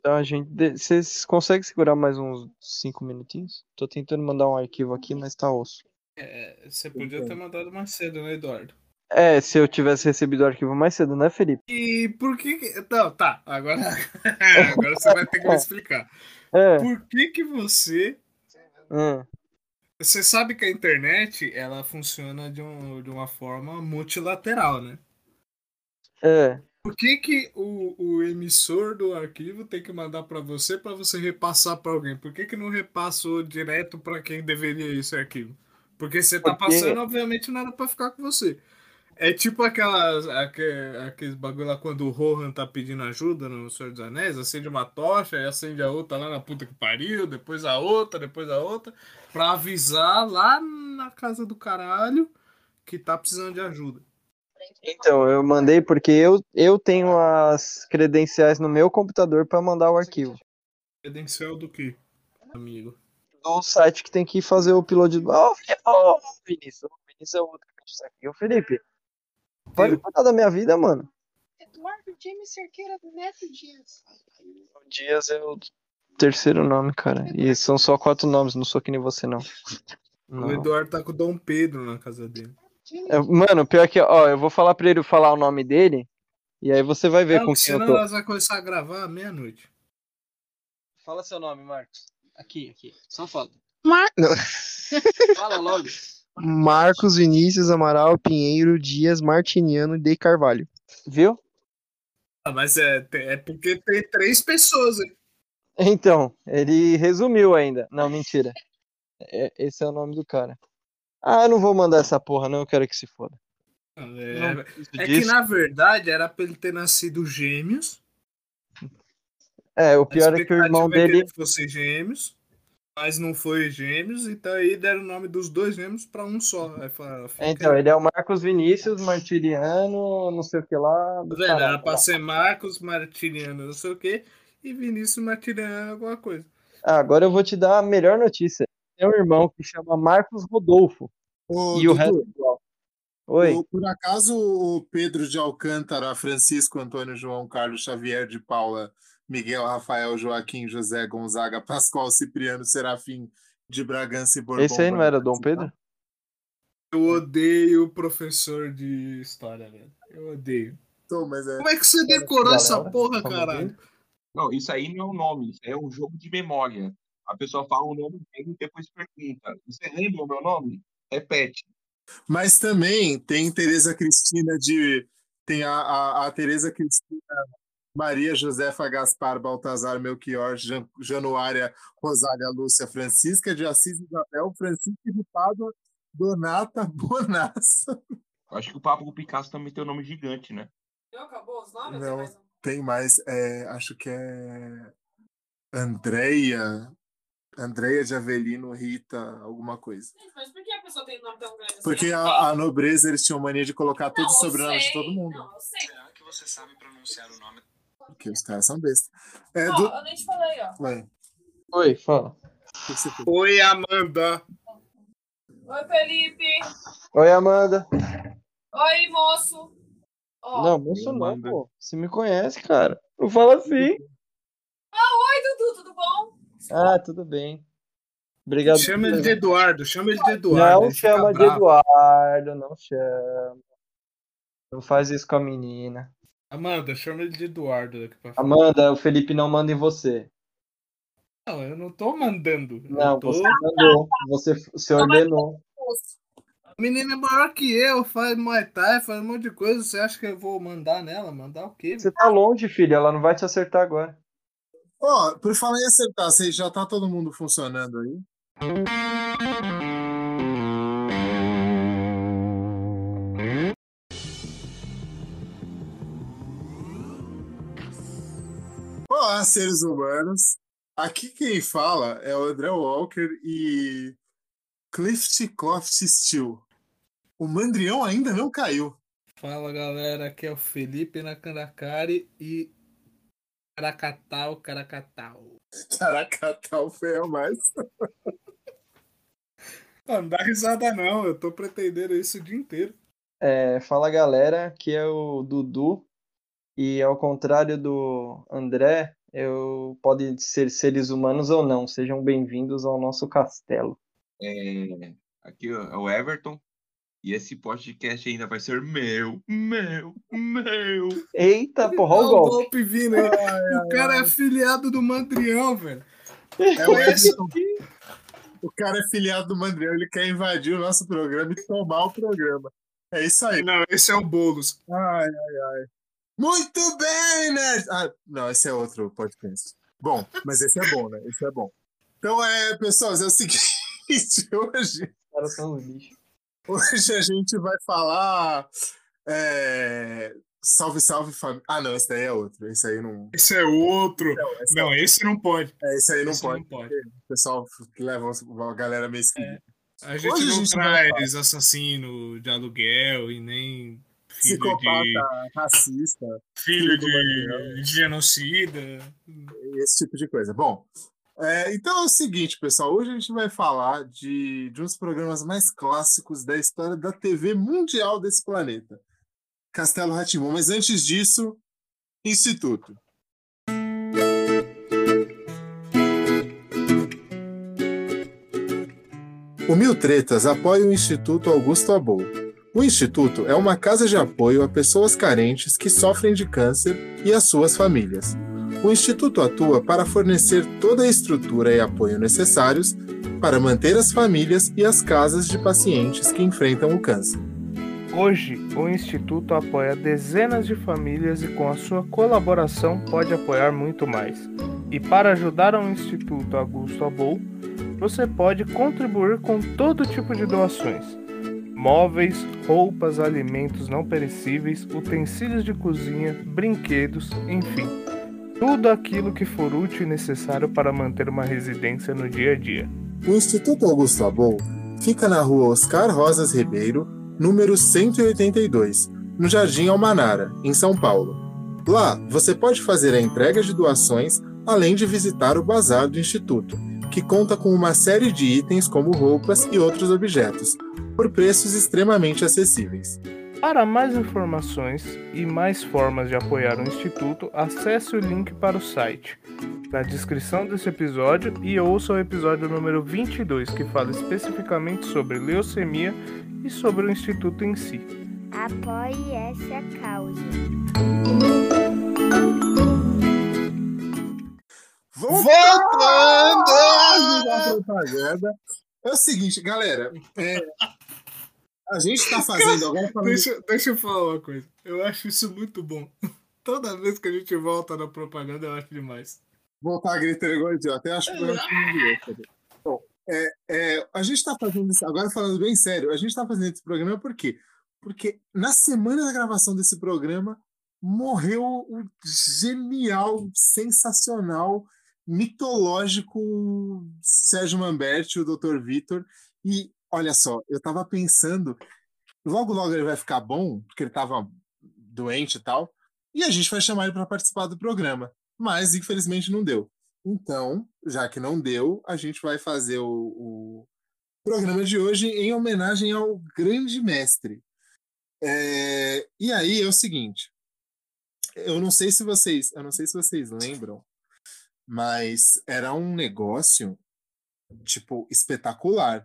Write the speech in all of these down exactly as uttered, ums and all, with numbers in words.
Então a gente. de- Vocês conseguem segurar mais uns cinco minutinhos? Tô tentando mandar um arquivo aqui, mas tá osso. É, você podia ter mandado mais cedo, né, Eduardo? É, se eu tivesse recebido o arquivo mais cedo, né, Felipe? E por que que... Não, tá, agora... agora você vai ter que me explicar. É. Por que que você... Hum, Você sabe que a internet, ela funciona de, um, de uma forma multilateral, né? é. Por que que o, o emissor do arquivo tem que mandar para você para você repassar para alguém? Por que que não repassou direto para quem deveria ir esse arquivo? Porque você tá Porque. passando, obviamente, nada para ficar com você. É tipo aquelas, aque- aqueles bagulho lá quando o Rohan tá pedindo ajuda no Senhor dos Anéis, acende uma tocha e acende a outra lá na puta que pariu, depois a outra, depois a outra, pra avisar lá na casa do caralho que tá precisando de ajuda. Então, eu mandei porque eu, eu tenho as credenciais no meu computador pra mandar o arquivo. Credencial do quê, amigo? Do site que tem que fazer o upload do. Ô, Fi- ô, Vinícius. O Vinícius é o outro que enche o saco. Ô, Felipe, pode Eu. cuidar da minha vida, mano. Eduardo James Cerqueira do Neto Dias. O Dias é o terceiro nome, cara. E são só quatro nomes, não sou que nem você, não. O Não. Eduardo tá com o Dom Pedro na casa dele. É, mano, pior que, ó, eu vou falar pra ele falar o nome dele, e aí você vai ver Não, com que quem eu senão tô. nós vamos começar a gravar à meia-noite. Fala seu nome, Marcos. Aqui, aqui. Só fala. Mar... Fala logo. Marcos Vinícius Amaral Pinheiro Dias Martiniano de Carvalho. Viu? Ah, mas é, é porque tem três pessoas, hein? Então, ele resumiu ainda. Não, mentira. É- esse é o nome do cara. Ah, eu não vou mandar essa porra, não. Eu quero que se foda. Não preciso É, é que disso. na verdade era pra ele ter nascido gêmeos. É, o A pior é que o irmão expectativa é que dele. ele fosse gêmeos, mas não foi gêmeos, então aí deram o nome dos dois gêmeos pra um só. Aí fala, Então, fica. ele é o Marcos Vinícius Martiriano, não sei o que lá, Tá do vendo? caralho. Era pra ser Marcos Martiniano, não sei o quê, e Vinícius Martiniano, alguma coisa. Ah, agora eu vou te dar a melhor notícia. Tem um irmão que chama Marcos Rodolfo. Ô, E o resto Dudu, é igual. Oi. o- por acaso o Pedro de Alcântara, Francisco Antônio João Carlos Xavier de Paula, Miguel Rafael Joaquim José Gonzaga Pascoal Cipriano Serafim de Bragança e Esse Bourbon aí não era Bonaparte, Dom Pedro? Eu odeio o professor de história, velho. Eu odeio. então, mas é. Como é que você Era decorou essa Galera, porra, como caralho? diz. Não, isso aí não é um nome, isso é um jogo de memória. A pessoa fala o nome dele e depois pergunta: Você lembra o meu nome? Repete. Mas também tem Tereza Cristina de. Tem a, a, a Tereza Cristina Maria Josefa Gaspar Baltazar Melchior Jan, Januária Rosália Lúcia Francisca de Assis Isabel Francisca de Pádua Donata Bonassa. Eu acho que o Pablo Picasso também tem um nome gigante, né? Não acabou os nomes? Não, Tem mais um. tem mais. É, acho que é Andreia. Andreia de Avelino Rita, alguma coisa. Gente, mas por que a pessoa tem um nome tão grande assim? Porque a, a nobreza eles tinham mania de colocar Não, todos os eu sobrenomes de sei. todo mundo. Não, eu sei. Será que você sabe pronunciar o nome? Porque os caras são bestas. É, Ó, do... eu nem te falei, ó. Ué, Oi, fala. o que você fez? Oi, Amanda. Oi, Felipe. Oi, Amanda. Oi, moço. Ó. Não, moço não, Amanda. pô. Você me conhece, cara. Não fala assim. Oi, Dudu, tudo bom? Ah, tudo bem. Obrigado. Chama por- ele de Eduardo, chama ele de Eduardo. Não Ele fica chama de bravo. Eduardo, não chama. Não faz isso com a menina. Amanda, chama ele de Eduardo daqui pra frente. Amanda, o Felipe não manda em você. Não, eu não tô mandando. Eu Não, tô... você mandou. Você, você ordenou. A menina é maior que eu, faz Muay Thai, faz um monte de coisa. Você acha que eu vou mandar nela? Mandar o quê? Você tá longe, filho. Ela não vai te acertar agora. Ó, por falar em acertar, você já tá todo mundo funcionando aí? Olá, seres humanos. Aqui quem fala é o André Walker e Clift Cloft Steel. O Mandrião ainda não caiu. Fala, galera. Aqui é o Felipe Nakandakari e... Caracatau, Caracatau. Caracatal foi a mais. Não, não dá risada não. Eu tô pretendendo isso o dia inteiro. É, fala, galera. Aqui é o Dudu. E ao contrário do André, Eu podem ser seres humanos ou não, sejam bem-vindos ao nosso castelo. É, aqui ó, é o Everton. E esse podcast ainda vai ser meu, meu, meu. Eita, porra, olha o Olha o golpe. golpe vindo aí. O cara é afiliado do Mandrião, velho. É o Everton. O cara é filiado do Mandrião, ele quer invadir o nosso programa e tomar o programa. É isso aí. Não, esse é o Boulos. Ai, ai, ai. Muito bem, né? Ah, não, esse é outro podcast. Bom, mas esse é bom, né? Esse é bom. Então, é, pessoal, é o seguinte, hoje... Os caras são um lixo. Hoje a gente vai falar... É... Salve, salve, família. Ah, não, esse daí é outro. Esse aí não... Esse é outro. Não, esse, não, é... esse não pode. É, esse aí não esse pode. Não pode. O pessoal leva a galera meio esquisita. É. A gente Hoje não a gente traz assassino de aluguel e nem filho psicopata, de... racista, filho, filho de... de genocida. Esse tipo de coisa. Bom, é, então é o seguinte, pessoal. Hoje a gente vai falar de, de um dos programas mais clássicos da história da T V mundial desse planeta. Castelo Rá-Tim-Bum. Mas antes disso, Instituto. O Mil Tretas apoia o Instituto Augusto Abou. O Instituto é uma casa de apoio a pessoas carentes que sofrem de câncer e as suas famílias. O Instituto atua para fornecer toda a estrutura e apoio necessários para manter as famílias e as casas de pacientes que enfrentam o câncer. Hoje, o Instituto apoia dezenas de famílias e com a sua colaboração pode apoiar muito mais. E para ajudar ao Instituto Augusto Abou, você pode contribuir com todo tipo de doações. Móveis, roupas, alimentos não perecíveis, utensílios de cozinha, brinquedos, enfim. Tudo aquilo que for útil e necessário para manter uma residência no dia a dia. O Instituto Augusto Abou fica na rua Oscar Rosas Ribeiro, número cento e oitenta e dois, no Jardim Almanara, em São Paulo. Lá, você pode fazer a entrega de doações, além de visitar o bazar do Instituto, que conta com uma série de itens como roupas e outros objetos, por preços extremamente acessíveis. Para mais informações e mais formas de apoiar o Instituto, acesse o link para o site na descrição desse episódio e ouça o episódio número vinte e dois, que fala especificamente sobre leucemia e sobre o Instituto em si. Apoie essa causa. Voltando à propaganda. É o seguinte, galera. É, a gente tá fazendo agora. Falando... Deixa, deixa eu falar uma coisa. Eu acho isso muito bom. Toda vez que a gente volta na propaganda, eu acho demais. Voltar gritando igual idiota. Eu acho que eu acho que Bom, é, é, a gente tá fazendo isso. Agora, falando bem sério, a gente tá fazendo esse programa por quê? Porque na semana da gravação desse programa morreu o genial, sensacional, mitológico Sérgio Manberti, o doutor Vitor. E olha só, eu tava pensando, logo logo ele vai ficar bom, porque ele tava doente e tal, e a gente vai chamar ele para participar do programa, mas infelizmente não deu. Então, já que não deu, a gente vai fazer o, o programa de hoje em homenagem ao grande mestre. É, e aí é o seguinte, eu não sei se vocês, eu não sei se vocês lembram, mas era um negócio, tipo, espetacular.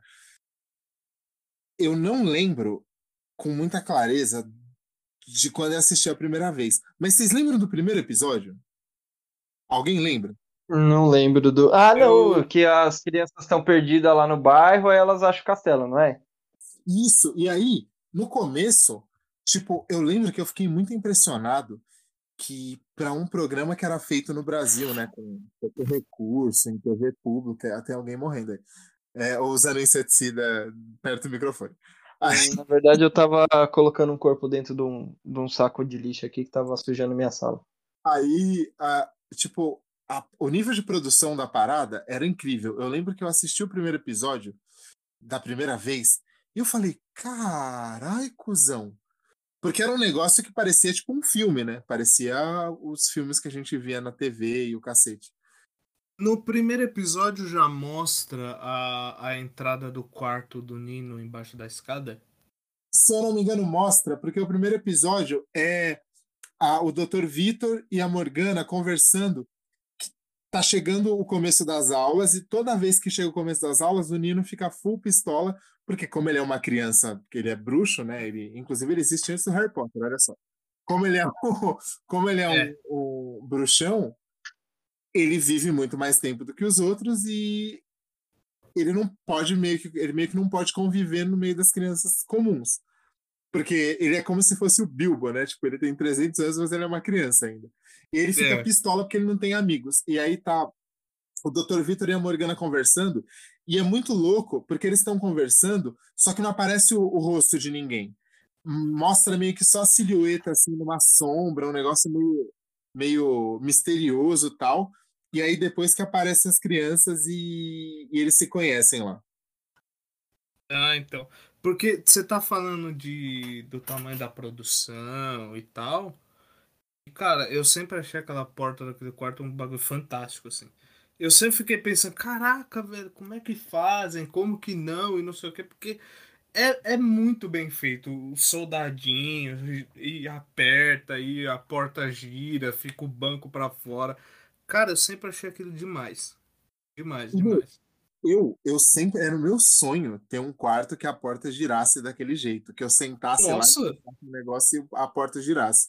Eu não lembro com muita clareza de quando eu assisti a primeira vez. Mas vocês lembram do primeiro episódio? Alguém lembra? Não lembro do... Ah, não, eu... que as crianças estão perdidas lá no bairro e elas acham o castelo, não é? Isso, e aí, no começo, tipo, eu lembro que eu fiquei muito impressionado que para um programa que era feito no Brasil, né, com, com recurso, em T V pública, até alguém morrendo aí, é, ou usando inseticida perto do microfone. Aí, na verdade, eu tava colocando um corpo dentro de um, de um saco de lixo aqui que tava sujando minha sala. Aí, a, tipo, a, o nível de produção da parada era incrível. Eu lembro que eu assisti o primeiro episódio da primeira vez e eu falei, carai, cuzão. Porque era um negócio que parecia tipo um filme, né? Parecia os filmes que a gente via na T V e o cacete. No primeiro episódio já mostra a, a entrada do quarto do Nino embaixo da escada? Se eu não me engano, mostra, porque o primeiro episódio é a, o doutor Vitor e a Morgana conversando tá chegando o começo das aulas e toda vez que chega o começo das aulas, o Nino fica full pistola, porque como ele é uma criança, porque ele é bruxo, né? Ele, inclusive ele existe antes do Harry Potter, olha só. Como ele é, um, como ele é, É. Um, um bruxão, ele vive muito mais tempo do que os outros e ele não pode meio que, ele meio que não pode conviver no meio das crianças comuns. Porque ele é como se fosse o Bilbo, né? Tipo, ele tem trezentos anos, mas ele é uma criança ainda. E ele fica É. pistola porque ele não tem amigos. E aí tá o doutor Vitor e a Morgana conversando, e é muito louco, porque eles estão conversando, só que não aparece o, o rosto de ninguém. Mostra meio que só a silhueta, assim, numa sombra, um negócio meio, meio misterioso e tal. E aí depois que aparecem as crianças e, e eles se conhecem lá. Ah, então. Porque você tá falando de, do tamanho da produção e tal. E, cara, eu sempre achei aquela porta daquele quarto um bagulho fantástico, assim. Eu sempre fiquei pensando, caraca, velho, como é que fazem? Como que não? E não sei o quê, porque é, é muito bem feito. Os soldadinhos, e, e aperta, e a porta gira, fica o banco pra fora. Cara, eu sempre achei aquilo demais. Demais, E, meu, demais. Eu, eu sempre, era o meu sonho ter um quarto que a porta girasse daquele jeito, que eu sentasse lá e Nossa, pensasse no negócio e a porta girasse.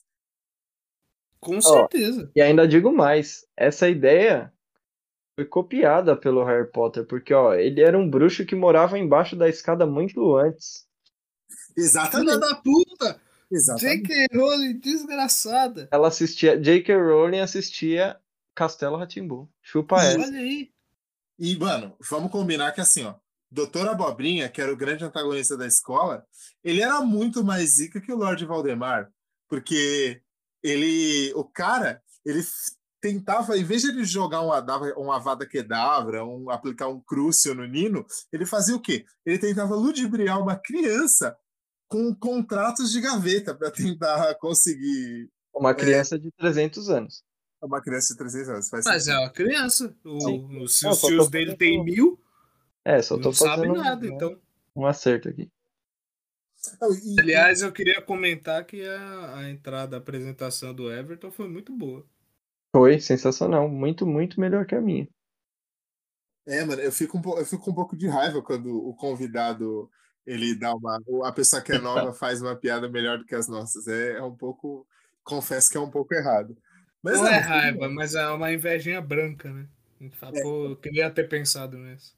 com Ó, certeza. e ainda digo mais, essa ideia foi copiada pelo Harry Potter, porque ó, ele era um bruxo que morava embaixo da escada muito antes. Filha Exatamente, da puta! exatamente. J K. Rowling, desgraçada. Ela assistia, J K. Rowling assistia Castelo Rá-Tim-Bum. Chupa E, essa. Olha aí. e, mano, vamos combinar que assim, ó, doutor Abobrinha, que era o grande antagonista da escola, ele era muito mais zica que o Lord Valdemar, porque ele, o cara, ele f- tentava, em vez de ele jogar um, Adava- um Avada Kedavra, um, aplicar um Crucio no Nino, ele fazia o quê? Ele tentava ludibriar uma criança com contratos de gaveta para tentar conseguir Uma é, criança de trezentos anos. uma criança de trezentos anos. Faz Mas é sentido. uma criança. Sim. O, o- se Não, os só tô tios dele têm fazendo, mil, é, só tô não sabe fazendo nada, um, então. um acerto aqui. Não, e- e- Aliás, eu queria comentar que a, a entrada, a apresentação do Everton foi muito boa. Foi sensacional, muito, muito melhor que a minha. É, mano, eu fico, um, po- eu fico com um pouco de raiva quando o convidado ele dá uma. ou A pessoa que é nova faz uma piada melhor do que as nossas. É, é um pouco. Confesso que é um pouco errado. Mas Não é não, foi raiva, bom. mas é uma invejinha branca, né? A gente fala, É, pô, eu queria ter pensado nisso.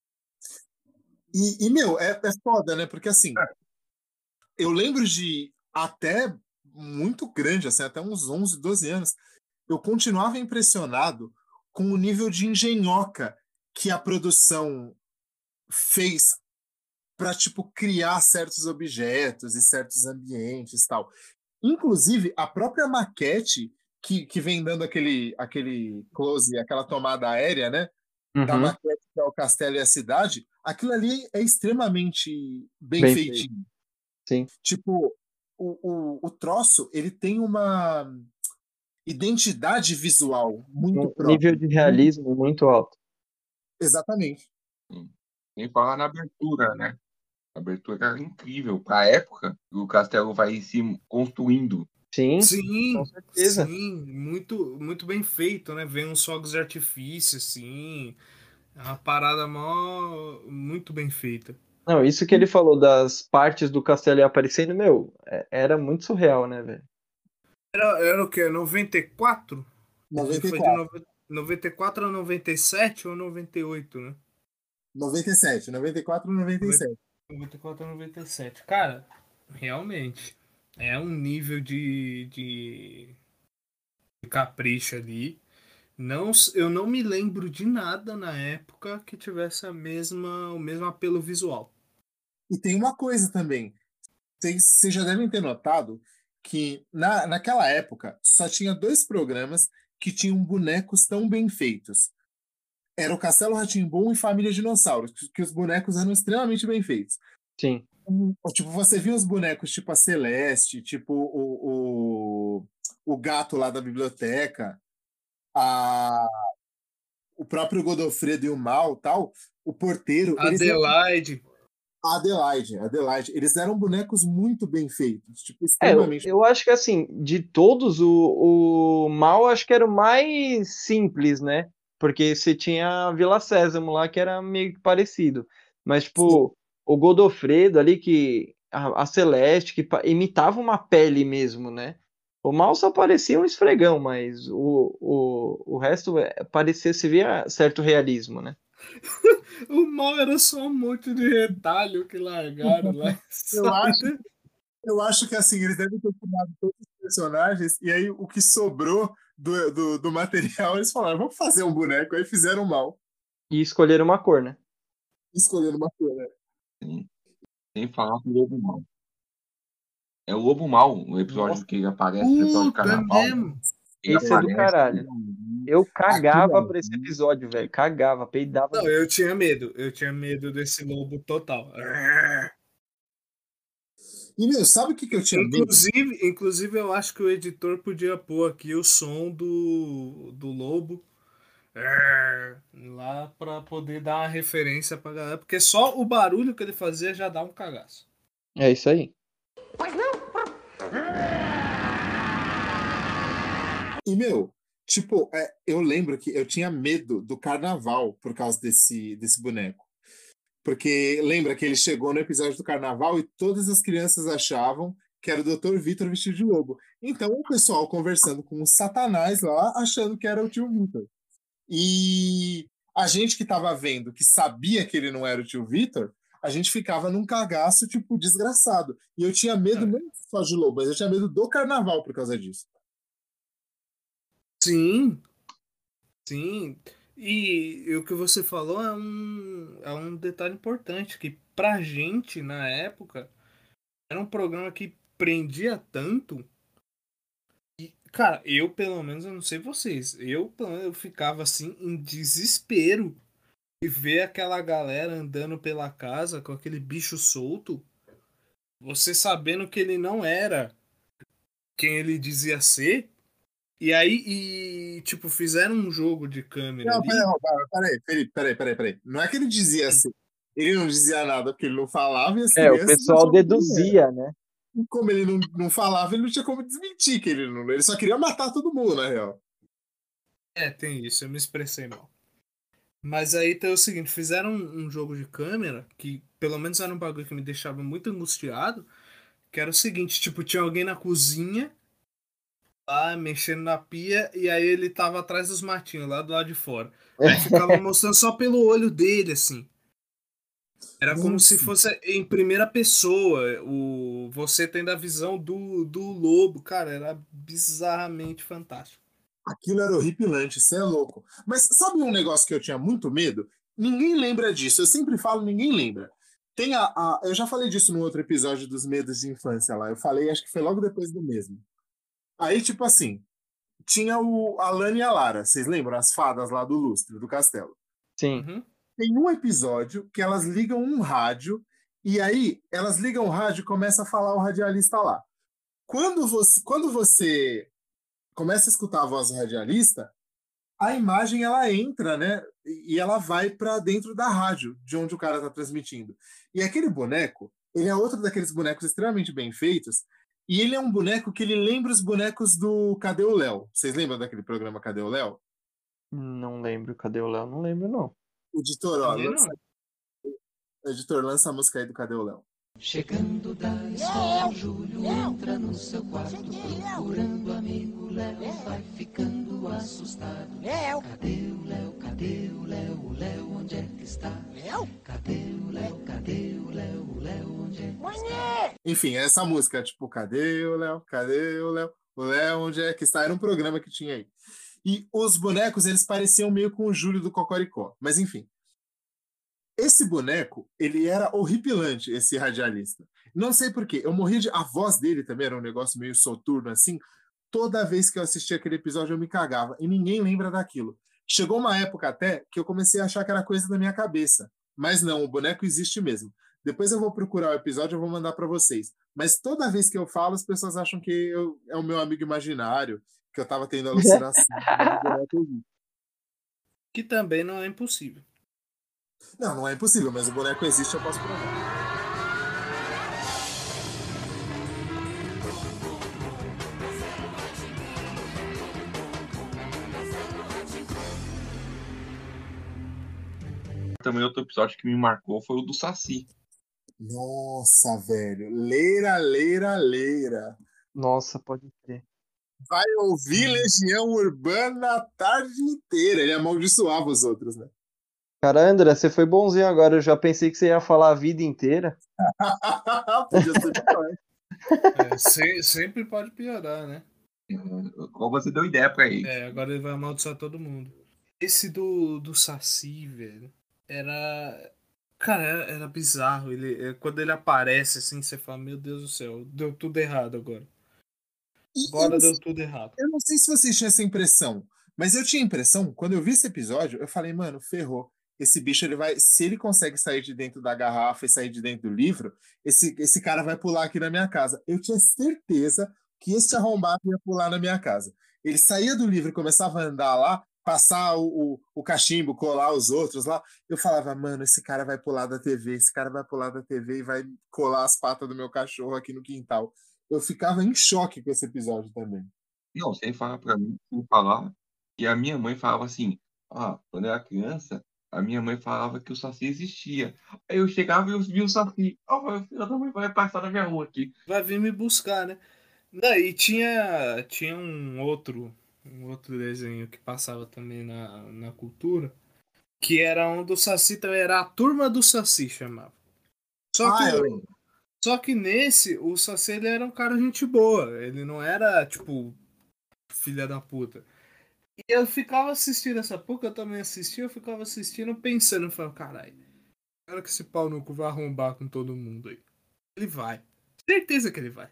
e, e, meu, é, é foda, né? Porque assim, eu lembro de até muito grande, assim, até uns onze, doze anos, eu continuava impressionado com o nível de engenhoca que a produção fez para tipo criar certos objetos e certos ambientes e tal. Inclusive a própria maquete que, que vem dando aquele aquele close, aquela tomada aérea, né, da Uhum, maquete que é o castelo e a cidade, aquilo ali é extremamente bem bem feito, feitinho. sim. Tipo, o, o, o troço, ele tem uma identidade visual muito Um nível própria. de Muito- realismo muito alto. Exatamente. Sim. Nem falar na abertura, né? A abertura era incrível. Pra época, o castelo vai se construindo. Sim, com Sim, certeza. sim, muito, muito bem feito, né? Vem uns fogos de artifício, assim. É uma parada mó, muito bem feita. Não, isso que ele falou das partes do castelo aparecendo, meu, é- era muito surreal, né, velho? Era, era o quê? noventa e quatro? Foi de noventa e quatro. nove- noventa e quatro a noventa e sete ou noventa e oito, né? noventa e sete. noventa e quatro e noventa e sete. noventa e quatro a noventa e sete. Cara, realmente, é um nível de, de, de capricho ali. Não, eu não me lembro de nada na época que tivesse a mesma, o mesmo apelo visual. E tem uma coisa também. Vocês vocês já devem ter notado que na, naquela época só tinha dois programas que tinham bonecos tão bem feitos. Era o Castelo Rá-Tim-Bum e Família Dinossauro, que, que os bonecos eram extremamente bem feitos. Sim. Tipo, você via os bonecos tipo a Celeste, tipo o, o, o gato lá da biblioteca, a, o próprio Godofredo e o Mal, tal, o porteiro, eles eram, Adelaide. a Adelaide, Adelaide, eles eram bonecos muito bem feitos, tipo, É, eu, extremamente. eu acho que assim, de todos, o, o Mal acho que era o mais simples, né? Porque você tinha a Vila Sésamo lá, que era meio que parecido. Mas, tipo, Sim. o Godofredo ali, que a, a Celeste, que imitava uma pele mesmo, né? O Mal só parecia um esfregão, mas o, o, o resto parecia, se via certo realismo, né? O Mal era só um monte de retalho que largaram lá. eu, acho, eu acho que assim, eles devem ter filmado todos os personagens, e aí o que sobrou do, do, do material, eles falaram, vamos fazer um boneco, aí fizeram o Mal. E escolheram uma cor, né? Escolheram uma cor, né? Sim. Sem falar do Lobo Mal. É o Lobo Mal, o episódio Nossa. que aparece no episódio do Carnaval. Mesmo. Esse é do caralho. Eu cagava pra esse episódio, velho. Cagava, peidava. Não, eu tinha medo. Eu tinha medo desse lobo total. E, meu, sabe o que, que eu tinha inclusive, medo? Inclusive, eu acho que o editor podia pôr aqui o som do, do lobo lá pra poder dar uma referência pra galera. Porque só o barulho que ele fazia já dá um cagaço. É isso aí. Pois não. E, meu, tipo, é, eu lembro que eu tinha medo do carnaval por causa desse, desse boneco. Porque lembra que ele chegou no episódio do carnaval e todas as crianças achavam que era o doutor Vitor vestido de lobo. Então o pessoal conversando com o Satanás lá, achando que era o tio Vitor. E a gente que tava vendo, que sabia que ele não era o tio Vitor, a gente ficava num cagaço, tipo, desgraçado. E eu tinha medo não só de lobo, mas eu tinha medo do carnaval por causa disso. Sim, sim. E, e o que você falou é um, é um detalhe importante, que pra gente, na época, era um programa que prendia tanto. E, cara, eu, pelo menos, eu não sei vocês, eu, pelo menos, eu ficava, assim, em desespero de ver aquela galera andando pela casa com aquele bicho solto, você sabendo que ele não era quem ele dizia ser. E aí, e, tipo, fizeram um jogo de câmera não, ali. Peraí, peraí, peraí, peraí, peraí, peraí. Não é que ele dizia assim. Ele não dizia nada porque ele não falava e as É, o pessoal deduzia, né? E como ele não, não falava, ele não tinha como desmentir que ele não... Ele só queria matar todo mundo, na real. É, tem isso, eu me expressei mal. Mas aí tem o seguinte, fizeram um, um jogo de câmera que, pelo menos era um bagulho que me deixava muito angustiado, que era o seguinte, tipo, tinha alguém na cozinha lá, mexendo na pia, e aí ele tava atrás dos matinhos, lá do lado de fora. Aí ficava mostrando só pelo olho dele, assim. Era Nossa. Como se fosse em primeira pessoa, o você tendo a visão do, do lobo. Cara, era bizarramente fantástico. Aquilo era horripilante, isso é louco. Mas sabe um negócio que eu tinha muito medo? Ninguém lembra disso, eu sempre falo, ninguém lembra. Tem a, a, eu já falei disso no outro episódio dos medos de infância lá, eu falei, acho que foi logo depois do mesmo. Aí, tipo assim, tinha o Alana e a Lara, vocês lembram? As fadas lá do lustre, do castelo. Sim. Uhum. Tem um episódio que elas ligam um rádio, e aí elas ligam o rádio e começa a falar o radialista lá. Quando você, quando você começa a escutar a voz do radialista, a imagem ela entra, né? E ela vai para dentro da rádio, de onde o cara tá transmitindo. E aquele boneco, ele é outro daqueles bonecos extremamente bem feitos, e ele é um boneco que ele lembra os bonecos do Cadê o Léo? Vocês lembram daquele programa Cadê o Léo? Não lembro. Cadê o Léo? Não lembro, não. O editor, ó, lança... o editor, lança a música aí do Cadê o Léo? Chegando da escola, Júlio entra no seu quarto, procurando amigo Léo, vai ficando assustado. Léo! Cadê o Léo? Cadê o Léo? O Léo onde é que está? Léo? Cadê o Léo? Cadê o Léo? O Léo onde é que está? Enfim, essa música, tipo, cadê o Léo? Cadê o Léo? O Léo onde é que está? Era um programa que tinha aí. E os bonecos, eles pareciam meio com o Júlio do Cocoricó. Mas enfim. Esse boneco, ele era horripilante, esse radialista. Não sei porquê. Eu morri de... A voz dele também era um negócio meio soturno, assim. Toda vez que eu assistia aquele episódio, eu me cagava. E ninguém lembra daquilo. Chegou uma época até que eu comecei a achar que era coisa da minha cabeça. Mas não, o boneco existe mesmo. Depois eu vou procurar o episódio e vou mandar para vocês. Mas toda vez que eu falo, as pessoas acham que eu... é o meu amigo imaginário, que eu tava tendo alucinação. Que também não é impossível. Não, não é impossível, mas o boneco existe, eu posso provar. também outro episódio que me marcou foi o do Saci. Nossa, velho. Leira, leira, leira. Nossa, pode crer. Vai ouvir Legião Urbana a tarde inteira. Ele amaldiçoava os outros, né? Cara, André, você foi bonzinho agora. Eu já pensei que você ia falar a vida inteira. Podia ser pior. É, se, sempre pode piorar, né? Qual você deu ideia pra ele? É, agora ele vai amaldiçoar todo mundo. Esse do, do Saci, velho, era... Cara, era, era bizarro. Ele, quando ele aparece, assim, você fala, meu Deus do céu, deu tudo errado agora. Agora deu tudo errado. Eu não sei se vocês tinham essa impressão, mas eu tinha a impressão, quando eu vi esse episódio, eu falei, mano, ferrou. Esse bicho, ele vai... Se ele consegue sair de dentro da garrafa e sair de dentro do livro, esse, esse cara vai pular aqui na minha casa. Eu tinha certeza que esse arrombado ia pular na minha casa. Ele saía do livro e começava a andar lá, passar o, o, o cachimbo, colar os outros lá. Eu falava, mano, esse cara vai pular da T V, esse cara vai pular da T V e vai colar as patas do meu cachorro aqui no quintal. Eu ficava em choque com esse episódio também. Não, sem falar pra mim, sem falar, e a minha mãe falava assim, ah, quando eu era criança, a minha mãe falava que o Saci existia. Aí eu chegava e eu via o Saci. Ah, oh, filho da mãe vai passar na minha rua aqui. Vai vir me buscar, né? Daí tinha, tinha um outro, um outro desenho que passava também na, na cultura, que era um do Saci também, era a Turma do Saci, chamava. Só Ah, que, eu lembro. só que nesse, o Saci ele era um cara gente boa. Ele não era, tipo, filha da puta. E eu ficava assistindo essa porra, eu também assistia, eu ficava assistindo, pensando, eu falava, caralho, quero que esse pau no cu vai arrombar com todo mundo aí. Ele vai. Certeza que ele vai.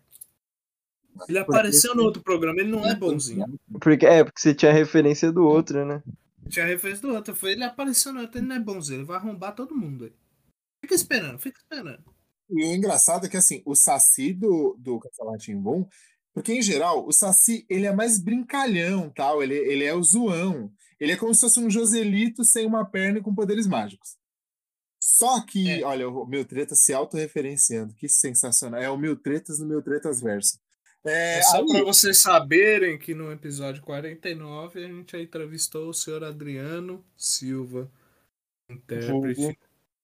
Ele apareceu no outro programa, ele não é bonzinho. Porque, é, porque você tinha referência do outro, né? Tinha referência do outro. Foi, ele apareceu no outro, ele não é bonzinho, ele vai arrombar todo mundo aí. Fica esperando, fica esperando. E o engraçado é que, assim, o Saci do, do Castelo Rá-Tim-Bum, porque, em geral, o Saci, ele é mais brincalhão, tal, ele, ele é o zoão. Ele é como se fosse um Joselito sem uma perna e com poderes mágicos. Só que, É. olha, o Mil Tretas se autorreferenciando, que sensacional. É o Mil Tretas no Mil Tretas Verso. É, É só aí- pra vocês saberem que no episódio quarenta e nove a gente entrevistou o senhor Adriano Silva, intérprete, Vulgo.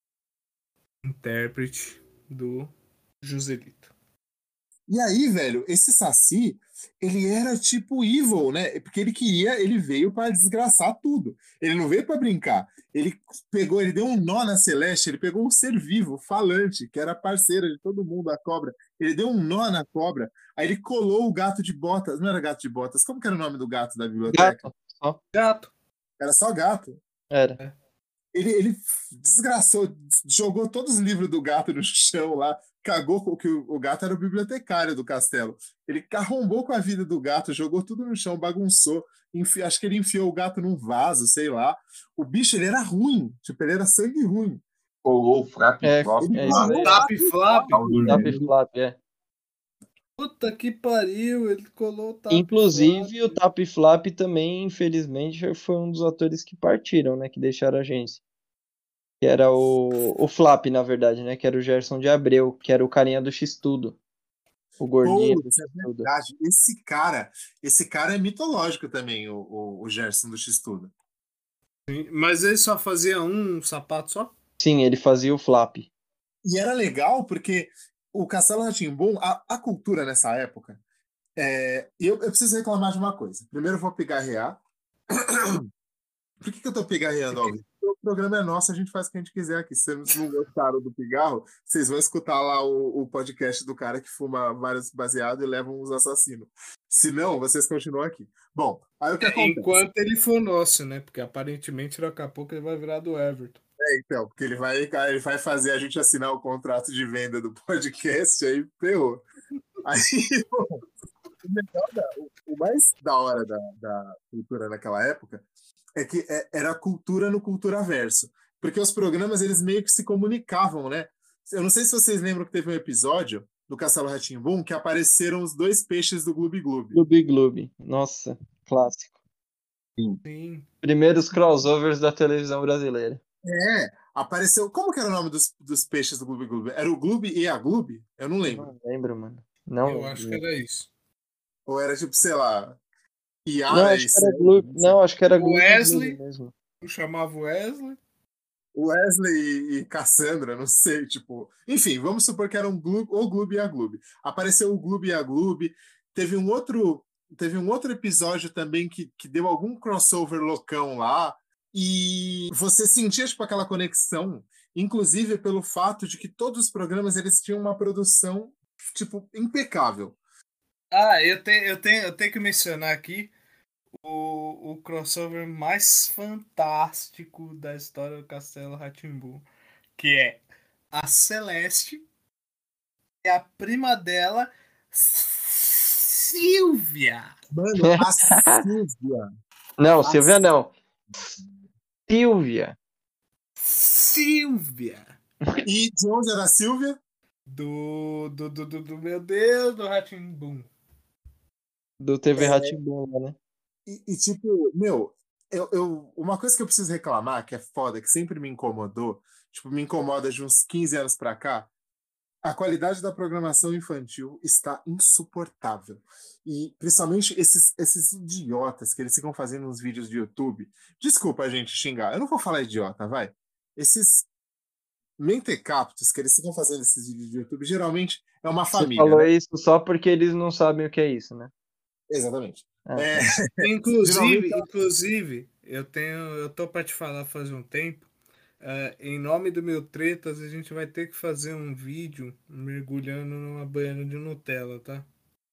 intérprete do Joselito. E aí, velho, esse Saci, ele era tipo evil, né? Porque ele queria, ele veio pra desgraçar tudo. Ele não veio pra brincar. Ele pegou, ele deu um nó na Celeste, ele pegou um ser vivo, falante, que era parceira de todo mundo, a cobra. Ele deu um nó na cobra, aí ele colou o gato de botas. Não era gato de botas, como que era o nome do gato da biblioteca? Gato. Só. Gato. Era só gato. Era. Ele, ele desgraçou, jogou todos os livros do gato no chão lá, cagou com que o, o gato era o bibliotecário do castelo. Ele arrombou com a vida do gato, jogou tudo no chão, bagunçou. Enfi, acho que ele enfiou o gato num vaso, sei lá. O bicho, ele era ruim, tipo, ele era sangue ruim. Colou o Flap É, Flop. é lá, isso aí. né? Tap Flap. Tap Flap, é. Puta que pariu, ele colou o Tap Inclusive, Flap. o Tap Flap também, infelizmente, foi um dos atores que partiram, né? Que deixaram a agência. Que era o, o Flap, na verdade, né? Que era o Gerson de Abreu, que era o carinha do X-Tudo. O gordinho do Putz, é X-Tudo. verdade. Esse cara, esse cara é mitológico também, o, o, o Gerson do X-Tudo. Mas ele só fazia um sapato só? Sim, ele fazia o Flap. E era legal porque o Castelo Rá-Tim-Bum, a, a cultura nessa época, é, eu, eu preciso reclamar de uma coisa. Primeiro eu vou pigarrear. Por que, que eu tô pigarreando, Alvin? O programa é nosso, a gente faz o que a gente quiser aqui. Se vocês não gostaram do pigarro, vocês vão escutar lá o, o podcast do cara que fuma vários baseados e leva uns assassinos. Se não, vocês continuam aqui. Bom, aí o que acontece? Enquanto ele for nosso, né? Porque aparentemente daqui a pouco ele vai virar do Everton. É, então, porque ele vai, ele vai fazer a gente assinar o contrato de venda do podcast, aí ferrou. Aí, bom, o, melhor da, o, o mais da hora da, da cultura naquela época é que é, era a cultura no culturaverso. Porque os programas, eles meio que se comunicavam, né? Eu não sei se vocês lembram que teve um episódio do Castelo Rá-Tim-Bum que apareceram os dois peixes do Gloob Gloob. Gloob Gloob. Nossa, clássico. Sim. Primeiros crossovers da televisão brasileira. É, apareceu... Como que era o nome dos, dos peixes do Gloob Gloob? Era o Gloob e a Gloob? Eu não lembro. Não lembro, mano. Não Eu lembro. acho que era isso. Ou era tipo, sei lá... Não, acho que era Gloob. Não, acho que era Gloob Wesley. Gloob mesmo. Eu chamava o Wesley. Wesley e Cassandra, não sei, tipo... Enfim, vamos supor que era um Gloob, o Gloob e a Gloob. Apareceu o Gloob e a Gloob. Teve um outro, teve um outro episódio também que, que deu algum crossover loucão lá. E você sentia, tipo, aquela conexão, inclusive pelo fato de que todos os programas eles tinham uma produção, tipo, impecável. Ah, eu tenho, eu tenho, eu tenho que mencionar aqui o, o crossover mais fantástico da história do Castelo Rá-Tim-Bum, que é a Celeste e a prima dela, Silvia. Mano, a Silvia. Não, a Silvia não. Silvia. Silvia. E de onde era a Silvia? Do, do, do, do, do meu Deus, do Rá-Tim-Bum. Do T V É. Rá-Tim-Bum, né? E, e, tipo, meu, eu, eu, uma coisa que eu preciso reclamar, que é foda, que sempre me incomodou, tipo, me incomoda de uns quinze anos pra cá, a qualidade da programação infantil está insuportável. E, principalmente, esses, esses idiotas que eles ficam fazendo uns vídeos de YouTube. Desculpa a gente xingar, eu não vou falar idiota, vai. Esses mentecaptos que eles ficam fazendo esses vídeos de YouTube, geralmente é uma Você família. falou Né? isso só porque eles não sabem o que é isso, né? Exatamente. Ah, É, Inclusive, geralmente- inclusive, eu tenho, eu tô pra te falar faz um tempo. Uh, em nome do meu Tretas, a gente vai ter que fazer um vídeo mergulhando numa banheira de Nutella, tá?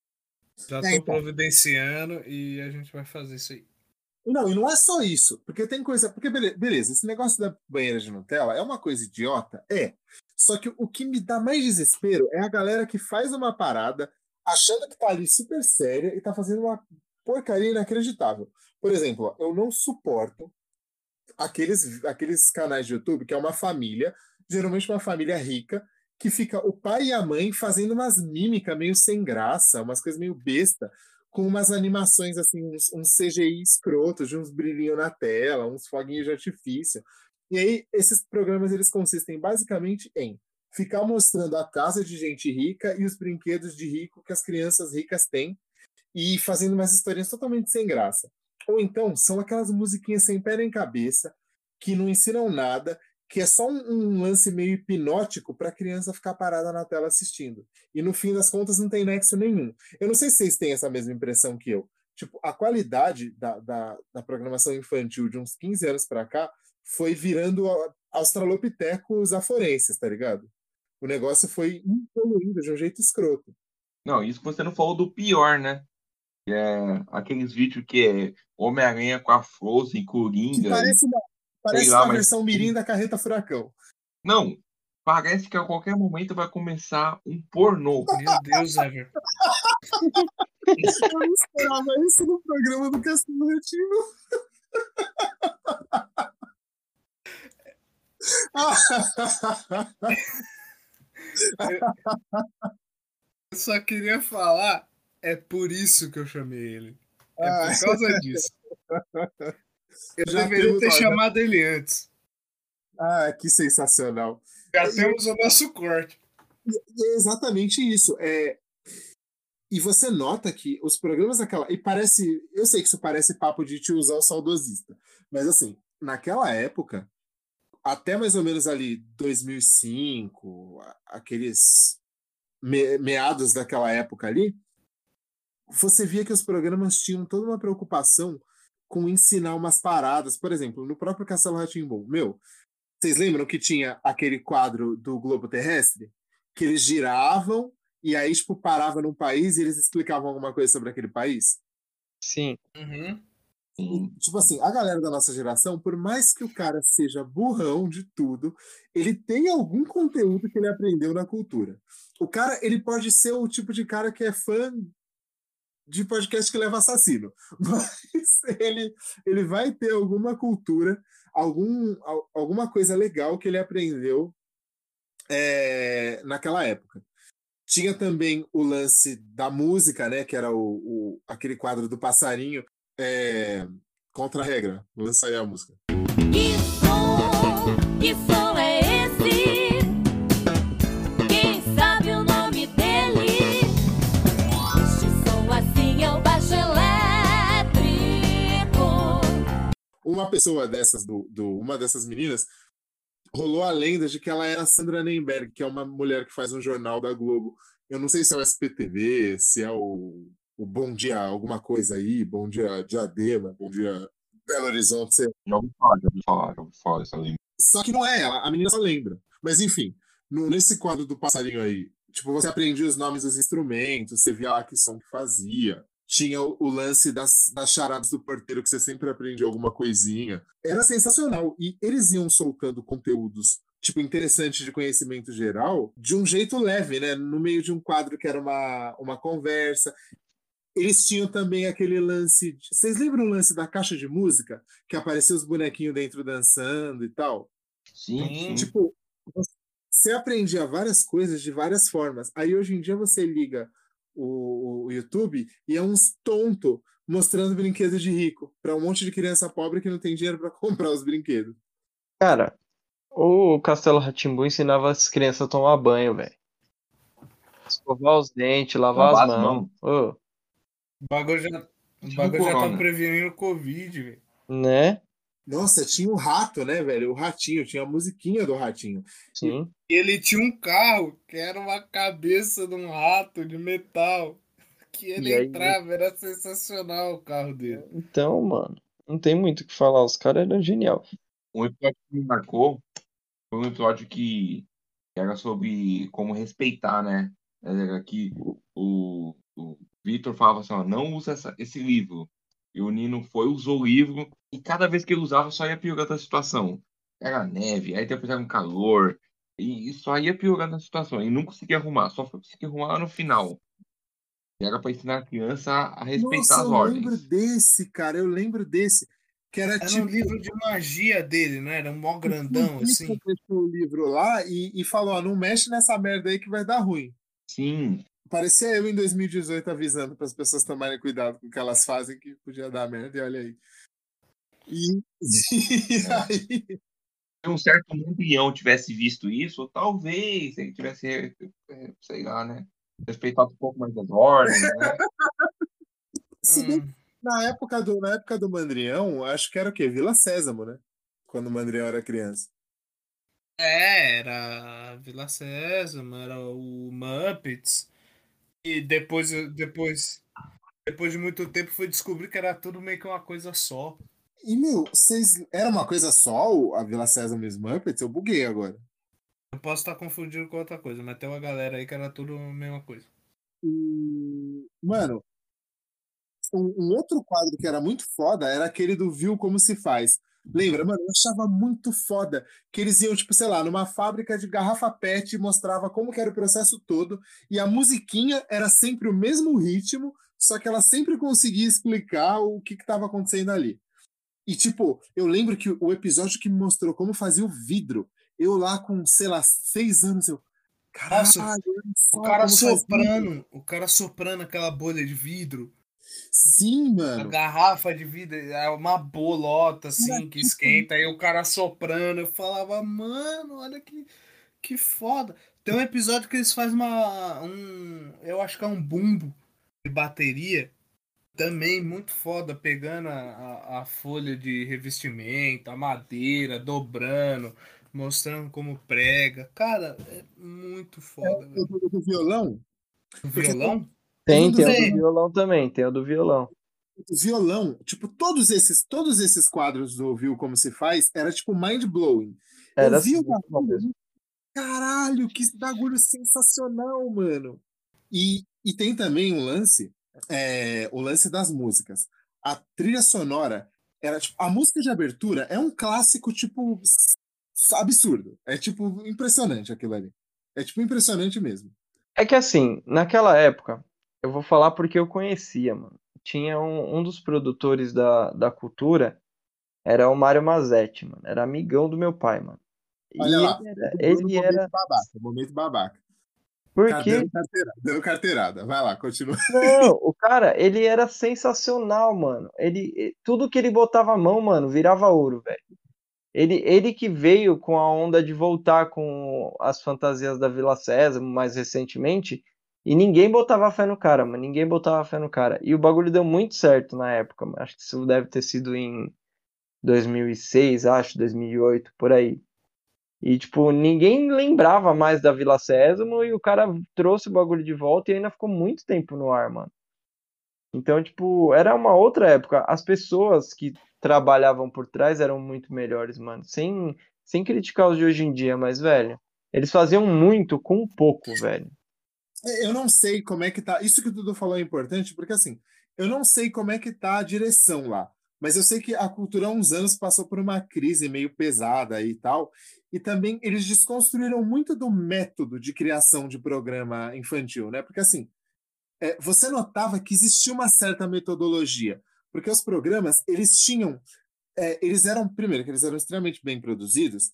Já tô É, então. providenciando e a gente vai fazer isso aí. Não, e não é só isso, porque tem coisa. Porque, bele- beleza, esse negócio da banheira de Nutella é uma coisa idiota? É. Só que o que me dá mais desespero é a galera que faz uma parada achando que tá ali super séria e tá fazendo uma porcaria inacreditável. Por exemplo, ó, eu não suporto aqueles, aqueles canais de YouTube que é uma família, geralmente uma família rica, que fica o pai e a mãe fazendo umas mímicas meio sem graça, umas coisas meio besta, com umas animações assim, uns, uns C G I escrotos, de uns brilhinhos na tela, uns foguinhos de artifício. E aí, esses programas, eles consistem basicamente em ficar mostrando a casa de gente rica e os brinquedos de rico que as crianças ricas têm e fazendo umas historinhas totalmente sem graça. Ou então, são aquelas musiquinhas sem pé nem cabeça, que não ensinam nada, que é só um, um lance meio hipnótico para a criança ficar parada na tela assistindo. E no fim das contas não tem nexo nenhum. Eu não sei se vocês têm essa mesma impressão que eu. Tipo, a qualidade da, da, da programação infantil de uns quinze anos para cá foi virando australopitecos aforenses, tá ligado? O negócio foi evoluindo de um jeito escroto. Não, isso você não falou do pior, né? Que é aqueles vídeos que é Homem-Aranha com a Frozen, Coringa. Que parece uma, parece lá, uma mas- versão mirim da Carreta Furacão. Não, parece que a qualquer momento vai começar um pornô. Meu Deus, Ever. Eu não esperava isso no programa do Castelo Rá-Tim-Bum. Eu só queria falar, é por isso que eu chamei ele. É Ah. por causa disso. Eu Já deveria temos, ter ó, já- chamado ele antes. Ah, que sensacional. Já temos o nosso corte. E é exatamente isso. É... E você nota que os programas daquela. E parece. Eu sei que isso parece papo de tiozão saudosista. Mas assim, naquela época, até mais ou menos ali dois mil e cinco, a- aqueles me- meados daquela época ali, você via que os programas tinham toda uma preocupação com ensinar umas paradas. Por exemplo, no próprio Castelo Rá-Tim-Bum. Meu, vocês lembram que tinha aquele quadro do globo terrestre? Que eles giravam e aí, tipo, parava num país e eles explicavam alguma coisa sobre aquele país? Sim. Uhum. E, tipo assim, a galera da nossa geração, por mais que o cara seja burrão de tudo, ele tem algum conteúdo que ele aprendeu na cultura. O cara, ele pode ser o tipo de cara que é fã de podcast que leva assassino, mas ele, ele vai ter alguma cultura, algum, al- alguma coisa legal que ele aprendeu é, naquela época. Tinha também o lance da música, né, que era o, o- aquele quadro do passarinho, é, contra a regra. Lança aí a música. Que som, que som é esse? Quem sabe o nome dele? Este som assim é o baixo elétrico. Uma pessoa dessas, do, do- uma dessas meninas, rolou a lenda de que ela era a Sandra Nemberg, que é uma mulher que faz um jornal da Globo. Eu não sei se é o S P T V, se é o, o Bom Dia alguma coisa aí, Bom Dia Diadema, Bom Dia Belo Horizonte, sei lá. Já ouvi falar, já ouvi falar, já ouvi falar essa lenda. Só que não é ela, a menina só lembra. Mas enfim, no- nesse quadro do passarinho aí, tipo, você aprendia os nomes dos instrumentos, você via lá que som que fazia. Tinha o, o lance das, das charadas do porteiro, que você sempre aprendia alguma coisinha. Era sensacional. E eles iam soltando conteúdos, tipo, interessantes de conhecimento geral, de um jeito leve, né? No meio de um quadro que era uma, uma conversa. Eles tinham também aquele lance. de- Vocês lembram o lance da caixa de música? Que aparecia os bonequinhos dentro dançando e tal? Sim, Sim. sim. Tipo, você aprendia várias coisas de várias formas. Aí hoje em dia você liga o, o YouTube e é uns tonto mostrando brinquedo de rico para um monte de criança pobre que não tem dinheiro para comprar os brinquedos. Cara, o Castelo Rá-Tim-Bum ensinava as crianças a tomar banho, velho. Escovar os dentes, lavar Lavar as as mãos. mãos. Ô, O bagulho já, o Tipo bagulho já tá corona. prevenindo o Covid, velho. né? Nossa, tinha o rato, né, velho? O ratinho, tinha a musiquinha do ratinho. E Sim. E ele tinha um carro que era uma cabeça de um rato de metal. Que ele E aí, entrava, era sensacional o carro dele. então, mano, não tem muito o que falar. Os caras eram genial. Um episódio que me marcou foi um episódio que era sobre como respeitar, né? Era que o, o Victor falava assim, ó, não usa essa- esse livro. E o Nino foi, usou o livro, e cada vez que ele usava só ia piorando a situação. Era neve, aí depois era um calor, e, e só ia piorando a situação. E não conseguia arrumar, só foi conseguir arrumar lá no final. E era para ensinar a criança a, a respeitar Nossa, as eu lembro ordens. desse, cara. Eu lembro desse. Que era Era um tipo. livro de magia dele, né? Era um mó O grandão, cientista assim. deixou o livro lá e, e falou: ó, não mexe nessa merda aí que vai dar ruim. Sim, Parecia eu em dois mil e dezoito avisando para as pessoas tomarem cuidado com o que elas fazem, que podia dar merda, e olha aí. E, e é. aí. Se um certo embrião tivesse visto isso, talvez ele tivesse, é, sei lá, né? Respeitado um pouco mais as ordens, né? Se bem que Hum. na época do, na época do Mandrião, acho que era o quê? Vila Sésamo, né? Quando o Mandrião era criança. É, era Vila Sésamo, era o Muppets. E depois, depois, depois de muito tempo fui descobrir que era tudo meio que uma coisa só. E, meu, vocês. Era uma coisa só o- a Vila Sésamo e os Muppets? Eu buguei agora. Eu posso estar confundindo com outra coisa, mas tem uma galera aí que era tudo a mesma coisa. E, mano, um, um outro quadro que era muito foda era aquele do Viu Como Se Faz. Lembra, mano? Eu achava muito foda que eles iam, tipo, sei lá, numa fábrica de garrafa PET e mostrava como que era o processo todo, e a musiquinha era sempre o mesmo ritmo, só que ela sempre conseguia explicar o que que tava acontecendo ali. E, tipo, eu lembro que o episódio que me mostrou como fazia o vidro, eu lá com, sei lá, seis anos, eu. Caralho, Nossa, olha o só cara como faz vidro. soprando, o cara soprando aquela bolha de vidro, Sim, a mano. garrafa de vidro, é uma bolota Era assim que tipo esquenta, aí o cara soprando, eu falava, mano, olha que, que foda. Tem um episódio que eles fazem uma, um, eu acho que é um bumbo de bateria, também muito foda, pegando a, a, a folha de revestimento, a madeira, dobrando, mostrando como prega. Cara, é muito foda, o velho. do, do violão, O porque violão? teve Tem, um do tem o do Tem. violão também, tem o do violão. violão, tipo, todos esses, todos esses quadros do Viu Como Se Faz, era tipo mind-blowing. Eu Era vi assim, o muito bom bagulho, mesmo. caralho, que bagulho sensacional, mano. E, e tem também um lance, é, o lance das músicas. A trilha sonora era tipo, a música de abertura é um clássico, tipo, s- absurdo. É tipo impressionante aquilo ali. É tipo impressionante mesmo. É que assim, naquela época, eu vou falar porque eu conhecia, mano. Tinha um, um dos produtores da, da cultura, era o Mário Mazetti, mano. Era amigão do meu pai, mano. Olha E lá, ele era, chegou no ele momento era, babaca, momento babaca. Cara, porque dando carteirada, dando carteirada. Vai lá, continua. não, o cara, ele era sensacional, mano. Ele, e- tudo que ele botava a mão, mano, virava ouro, velho. Ele, ele que veio com a onda de voltar com as fantasias da Vila Sésamo mais recentemente, e ninguém botava fé no cara, mano. Ninguém botava fé no cara. E o bagulho deu muito certo na época, mano. Acho que isso deve ter sido em dois mil e seis, acho, dois mil e oito, por aí. E, tipo, ninguém lembrava mais da Vila Sésamo e o cara trouxe o bagulho de volta e ainda ficou muito tempo no ar, mano. Então, tipo, era uma outra época. As pessoas que trabalhavam por trás eram muito melhores, mano. Sem, sem criticar os de hoje em dia, mas, velho, eles faziam muito com pouco, velho. Eu não sei como é que tá. Isso que o Dudu falou é importante, porque assim, eu não sei como é que tá a direção lá. Mas eu sei que a cultura há uns anos passou por uma crise meio pesada e tal. E também eles desconstruíram muito do método de criação de programa infantil, né? Porque assim, é, você notava que existia uma certa metodologia. Porque os programas, eles tinham. É, eles eram, primeiro, que eles eram extremamente bem produzidos.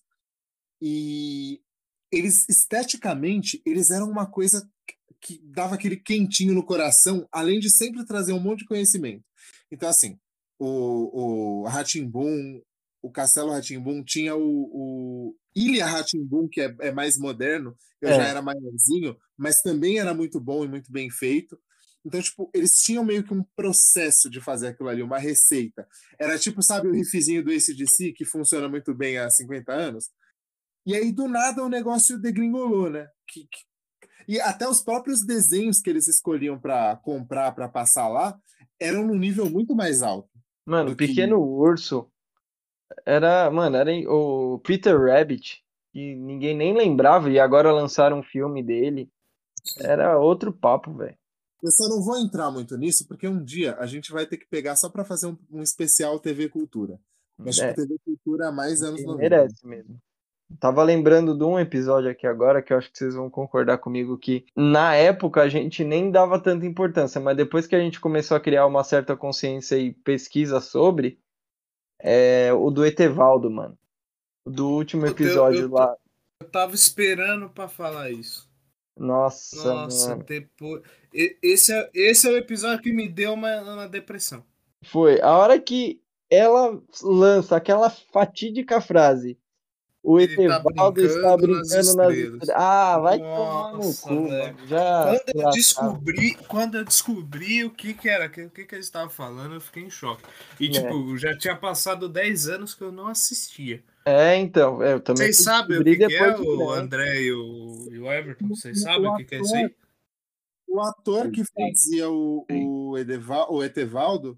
E eles, esteticamente, eles eram uma coisa que dava aquele quentinho no coração, além de sempre trazer um monte de conhecimento. Então, assim, o, o Rá-Tim-Bum, o Castelo Rá-Tim-Bum tinha o, o Ilha Rá-Tim-Bum, que é, é mais moderno, eu É. já era maiorzinho, mas também era muito bom e muito bem feito. Então, tipo, eles tinham meio que um processo de fazer aquilo ali, uma receita. Era tipo, sabe, o riffzinho do A C D C, que funciona muito bem há cinquenta anos? E aí, do nada, o negócio degringolou, né? Que, que... E até os próprios desenhos que eles escolhiam para comprar, para passar lá, eram num nível muito mais alto. Mano, do que... Pequeno Urso era, mano, era o Peter Rabbit, que ninguém nem lembrava, e agora lançaram um filme dele. Era outro papo, velho. Eu só não vou entrar muito nisso, porque um dia a gente vai ter que pegar só para fazer um, um especial T V Cultura. Mas, tipo, É, T V Cultura há mais anos ele noventa. merece mesmo. Tava lembrando de um episódio aqui agora que eu acho que vocês vão concordar comigo que na época a gente nem dava tanta importância, mas depois que a gente começou a criar uma certa consciência e pesquisa sobre, é o do Etevaldo, mano. Do último episódio eu, eu, lá. Eu tava esperando pra falar isso. Nossa, Nossa, mano. depois. Esse é, esse é o episódio que me deu uma, uma depressão. Foi. A hora que ela lança aquela fatídica frase. O Ele tá Etevaldo está brincando nas brincando nas estrelas. estrelas. Ah, vai tomar no Nossa, cu, velho. mano. Já Quando se eu lascava. descobri, quando eu descobri o que que era, o que que eles estavam falando, eu fiquei em choque. E É. tipo, já tinha passado dez anos que eu não assistia. É, então, eu também Vocês sabem o descobri que, que é, depois de o grande. André e o, e o Everton? Vocês O sabem o que, que é isso aí? O ator que fazia o, o, Edeval, o Etevaldo,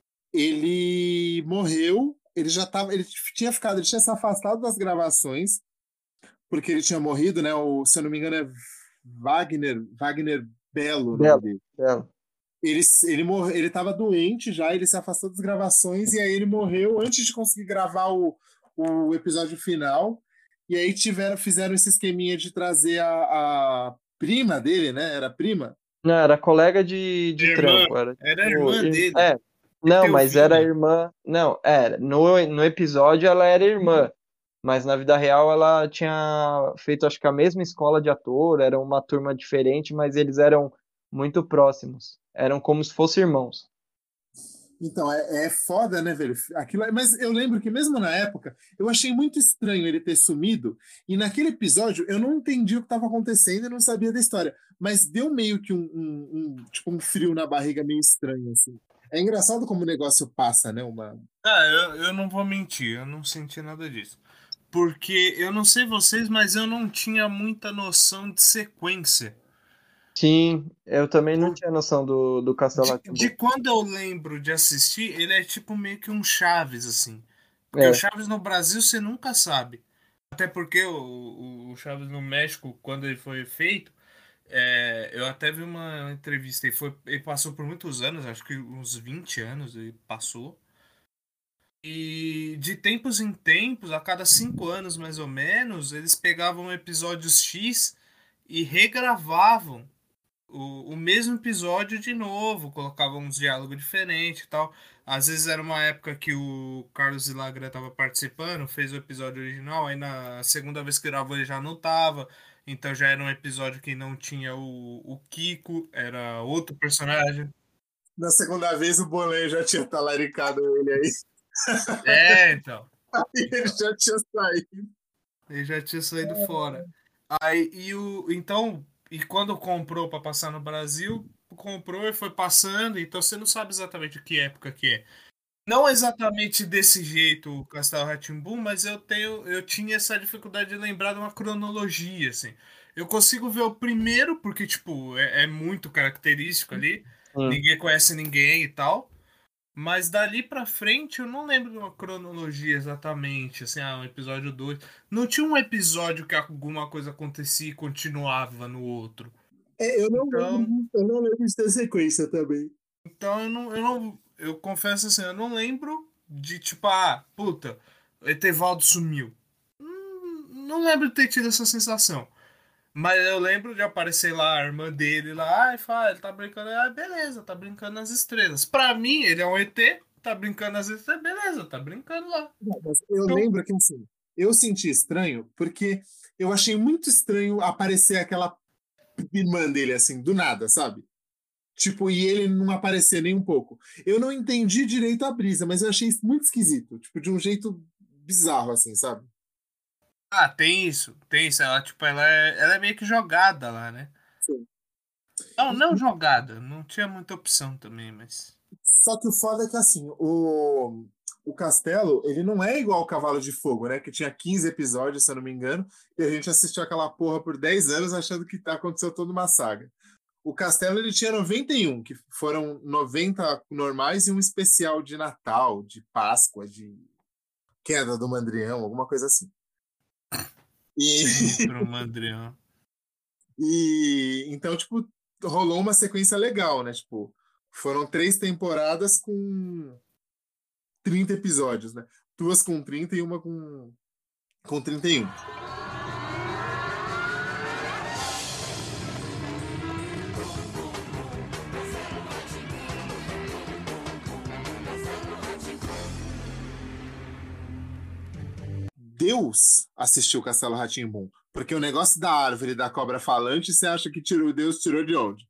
ele morreu, ele já tava, ele tinha ficado, ele tinha se afastado das gravações, porque ele tinha morrido, né? O, se eu não me engano, é Wagner, Wagner Belo, o nome Belo, dele. belo. Ele, ele, morre, ele tava doente já, ele se afastou das gravações, e aí ele morreu antes de conseguir gravar o, o episódio final. E aí tiveram, fizeram esse esqueminha de trazer a, a prima dele, né? Era prima? Não, era colega de, de Irmã. trampo. Era, Era a tipo, irmã ir- dele. É. Não, Teu mas filho. era irmã. Não, era. No, no episódio ela era irmã. Mas na vida real ela tinha feito, acho que a mesma escola de ator, era uma turma diferente, mas eles eram muito próximos. Eram como se fossem irmãos. Então, é, é foda, né, velho? Aquilo, mas eu lembro que mesmo na época, eu achei muito estranho ele ter sumido, e naquele episódio eu não entendi o que estava acontecendo e não sabia da história, mas deu meio que um, um, um, tipo, um frio na barriga meio estranho, assim. É engraçado como o negócio passa, né? Uma... Ah, eu, eu não vou mentir, eu não senti nada disso. Porque eu não sei vocês, mas eu não tinha muita noção de sequência. Sim, eu também não Por- tinha noção do, do Castelo De, Rá-Tim-Bum. de quando eu lembro de assistir, ele é tipo meio que um Chaves, assim. Porque É. o Chaves no Brasil você nunca sabe. Até porque o, o Chaves no México, quando ele foi feito, é, eu até vi uma entrevista, ele, foi, ele passou por muitos anos, acho que uns vinte anos ele passou. E de tempos em tempos, a cada cinco anos mais ou menos, eles pegavam episódios X e regravavam o, o mesmo episódio de novo, colocavam uns diálogos diferentes e tal. Às vezes era uma época que o Carlos Villagrán estava participando, fez o episódio original, aí na segunda vez que gravou ele já não tava. Então já era um episódio que não tinha o, o Kiko, era outro personagem. Na segunda vez o Boleio já tinha talaricado ele aí. É, então. Aí ele já tinha saído. Ele já tinha saído fora. Aí, e o, então, e quando comprou para passar no Brasil, comprou e foi passando, então você não sabe exatamente que época que é. Não exatamente desse jeito o Castelo Rá-Tim-Bum, mas eu tenho, eu tinha essa dificuldade de lembrar de uma cronologia, assim. Eu consigo ver o primeiro, porque, tipo, é, é muito característico ali. Hum. Ninguém conhece ninguém e tal. Mas dali pra frente eu não lembro de uma cronologia exatamente, assim, ah, um episódio dois. Não tinha um episódio que alguma coisa acontecia e continuava no outro. É, eu não Então, lembro, eu não lembro de ter sequência também. então eu não, eu não, eu confesso assim, eu não lembro de tipo, ah, puta, o Etevaldo sumiu. Hum, Não lembro de ter tido essa sensação. Mas eu lembro de aparecer lá a irmã dele lá, e fala, ele tá brincando, ah, beleza, tá brincando nas estrelas. Pra mim, ele é um E T, tá brincando nas estrelas, beleza, tá brincando lá. Não, mas eu Então, lembro que assim, eu senti estranho porque eu achei muito estranho aparecer aquela irmã dele assim, do nada, sabe? Tipo, e ele não aparecer nem um pouco. Eu não entendi direito a brisa, mas eu achei muito esquisito, tipo, de um jeito bizarro assim, sabe? ah, tem isso, tem isso. Ela, tipo, ela é, ela é meio que jogada lá, né? Sim. Não, não jogada, não tinha muita opção também, mas. Só que o foda é que assim, o, o Castelo, ele não é igual o Cavalo de Fogo, né? Que tinha quinze episódios, se eu não me engano, e a gente assistiu aquela porra por dez anos achando que aconteceu toda uma saga. O Castelo, ele tinha noventa e um, que foram noventa normais e um especial de Natal, de Páscoa, de queda do Mandrião, alguma coisa assim. E, Sempre o Mandrião. e então, tipo, rolou uma sequência legal, né? Tipo, foram três temporadas com trinta episódios, né? Duas com trinta e uma com, com trinta e um. Deus assistiu Castelo Rá-Tim-Bum, porque o negócio da árvore e da cobra falante, você acha que tirou, Deus tirou de onde?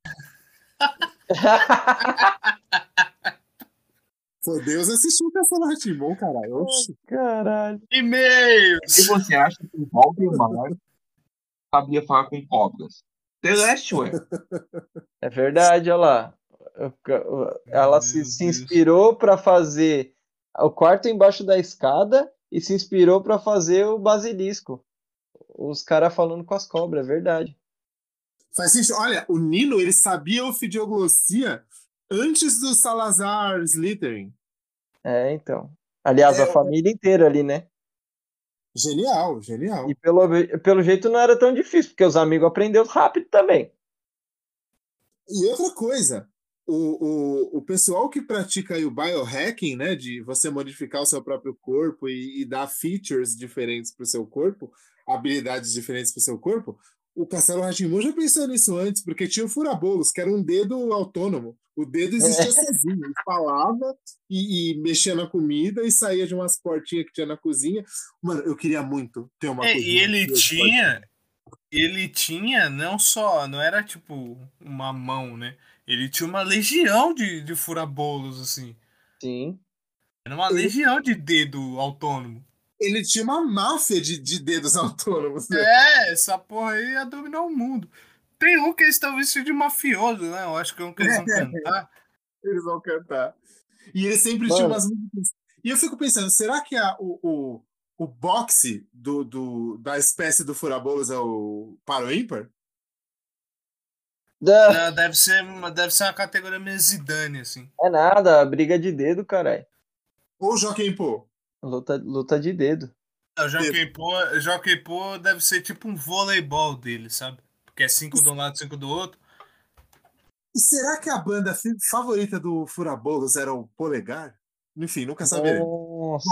Foi Deus assistiu Castelo Rá-Tim-Bum, caralho. Oxi. Caralho. E-mails! E você acha que o Valdemar sabia falar com cobras? Celeste, ué. É verdade, olha lá. Ela se, se inspirou para fazer o quarto embaixo da escada e se inspirou para fazer o basilisco. Os caras falando com as cobras, é verdade. Faz sentido. Olha, o Nino, ele sabia ofidioglossia antes do Salazar Slytherin. É, então. Aliás, É, a família inteira ali, né? Genial, genial. E pelo, pelo jeito não era tão difícil, porque os amigos aprenderam rápido também. E outra coisa, o, o, o pessoal que pratica aí o biohacking, né, de você modificar o seu próprio corpo e, e dar features diferentes para o seu corpo, habilidades diferentes para o seu corpo, o Castelo Rá-Tim-Bum já pensou nisso antes, porque tinha o furabolos, que era um dedo autônomo. O dedo existia é. sozinho, ele falava e, e mexia na comida e saía de umas portinhas que tinha na cozinha. Mano, eu queria muito ter uma é, cozinha. E ele tinha, ele tinha não só, não era tipo uma mão, né? Ele tinha uma legião de, de furabolos, assim. Sim. Era uma ele, legião de dedo autônomo. Ele tinha uma máfia de, de dedos autônomos. Né? É, essa porra aí ia dominar o mundo. Tem um que eles estão vestidos de mafioso, né? Eu acho que é um que eles vão cantar. Eles vão cantar. E ele sempre Mano. tinha umas músicas. E eu fico pensando, será que a, o, o, o boxe do, do, da espécie do furabolos é o par ou ímpar? Da... Deve ser, deve ser uma categoria meio Zidane, assim. É nada, briga de dedo, caralho. Ou Joaquim Pô? Luta, luta de dedo. O Joaquim Pô, Joaquim Pô deve ser tipo um voleibol dele, sabe? Porque é cinco de um lado, cinco do outro. E será que a banda favorita do Furabolos era o Polegar? Enfim, nunca saberemos. Nossa.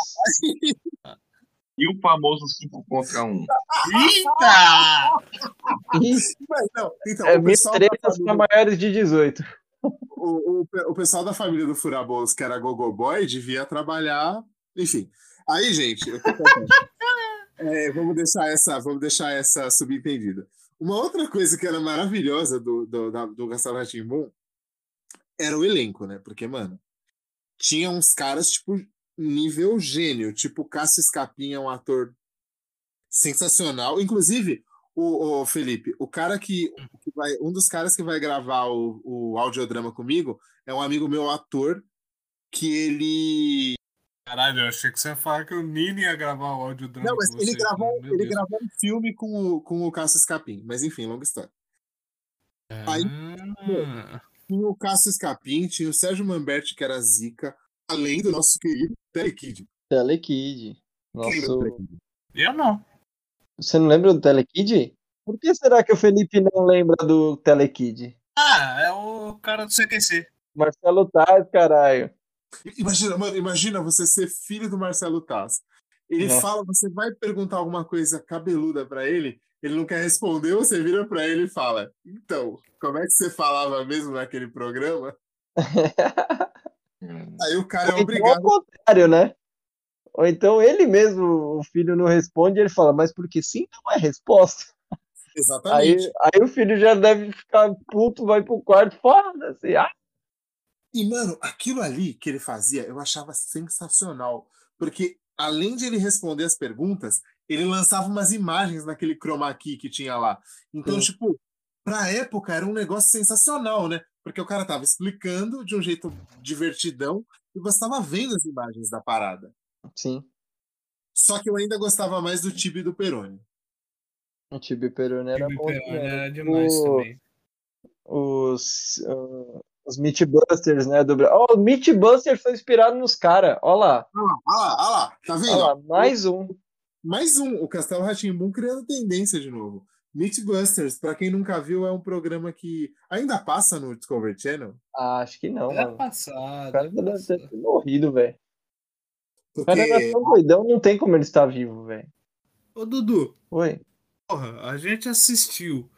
E o famoso cinco contra um. Eita! Mas não, então, é o pessoal mil tretas para maiores de dezoito. O, o, o pessoal da família do Furabolos, que era Gogo Boy, devia trabalhar. Enfim. Aí, gente, eu tô é, vamos deixar essa, vamos deixar essa subentendida. Uma outra coisa que era maravilhosa do, do, da, do Castelo Rá-Tim-Bum era o elenco, né? Porque, mano, tinha uns caras, tipo, nível gênio. Tipo, Cássio Escapinha é um ator sensacional. Inclusive, o, o Felipe, o cara que, que vai... Um dos caras que vai gravar o, o audiodrama comigo é um amigo meu, ator, que ele... Caralho, eu achei que você ia falar que o Nini ia gravar o audiodrama Não, mas com ele vocês. gravou, Meu ele Deus. gravou um filme com o, com o Cássio Escapim. Mas enfim, longa história. Aí, meu, Ah, tinha o Cássio Escapim, tinha o Sérgio Manberti, que era zica, além do nosso querido Telekid. Telekid. Quem lembra do Nosso... Telekid? eu não. Você não lembra do Telekid? Por que será que o Felipe não lembra do Telekid? Ah, é o cara do C Q C. Marcelo Taz, caralho. Imagina, mano, imagina você ser filho do Marcelo Taz. Ele Nossa. fala, você vai perguntar alguma coisa cabeluda pra ele, ele não quer responder, você vira pra ele e fala: então, como é que você falava mesmo naquele programa? Aí o cara é Ou então ao obrigado. contrário, né? Ou então ele mesmo, o filho não responde, ele fala, mas porque sim não é resposta. Exatamente. Aí, aí o filho já deve ficar puto, vai pro quarto, foda-se. Ah, E, mano, aquilo ali que ele fazia, eu achava sensacional. Porque, além de ele responder as perguntas, ele lançava umas imagens naquele chroma key que tinha lá. Então, Sim. tipo, pra época era um negócio sensacional, né? Porque o cara tava explicando de um jeito divertidão e você tava vendo as imagens da parada. Sim. Só que eu ainda gostava mais do Tibi e do Peroni. O Tibi Peroni era Tibi bom Peroni também. era demais O- também. Os, uh, os Mythbusters, né? Do... Bra- Ó, o Mythbusters foi inspirado nos caras. Ó lá. Olha lá, olha lá, olha lá. Tá vendo? Ó lá, ó? mais um. Mais um, o Castelo Rá-Tim-Bum criando tendência de novo. Mythbusters, pra quem nunca viu, é um programa que ainda passa no Discovery Channel. Ah, acho que não, É mano. O passado. cara É já deve ter passado. morrido, velho. O cara era Porque tão doidão, não tem como ele estar vivo, velho. Ô, Dudu, Oi. porra, a gente assistiu.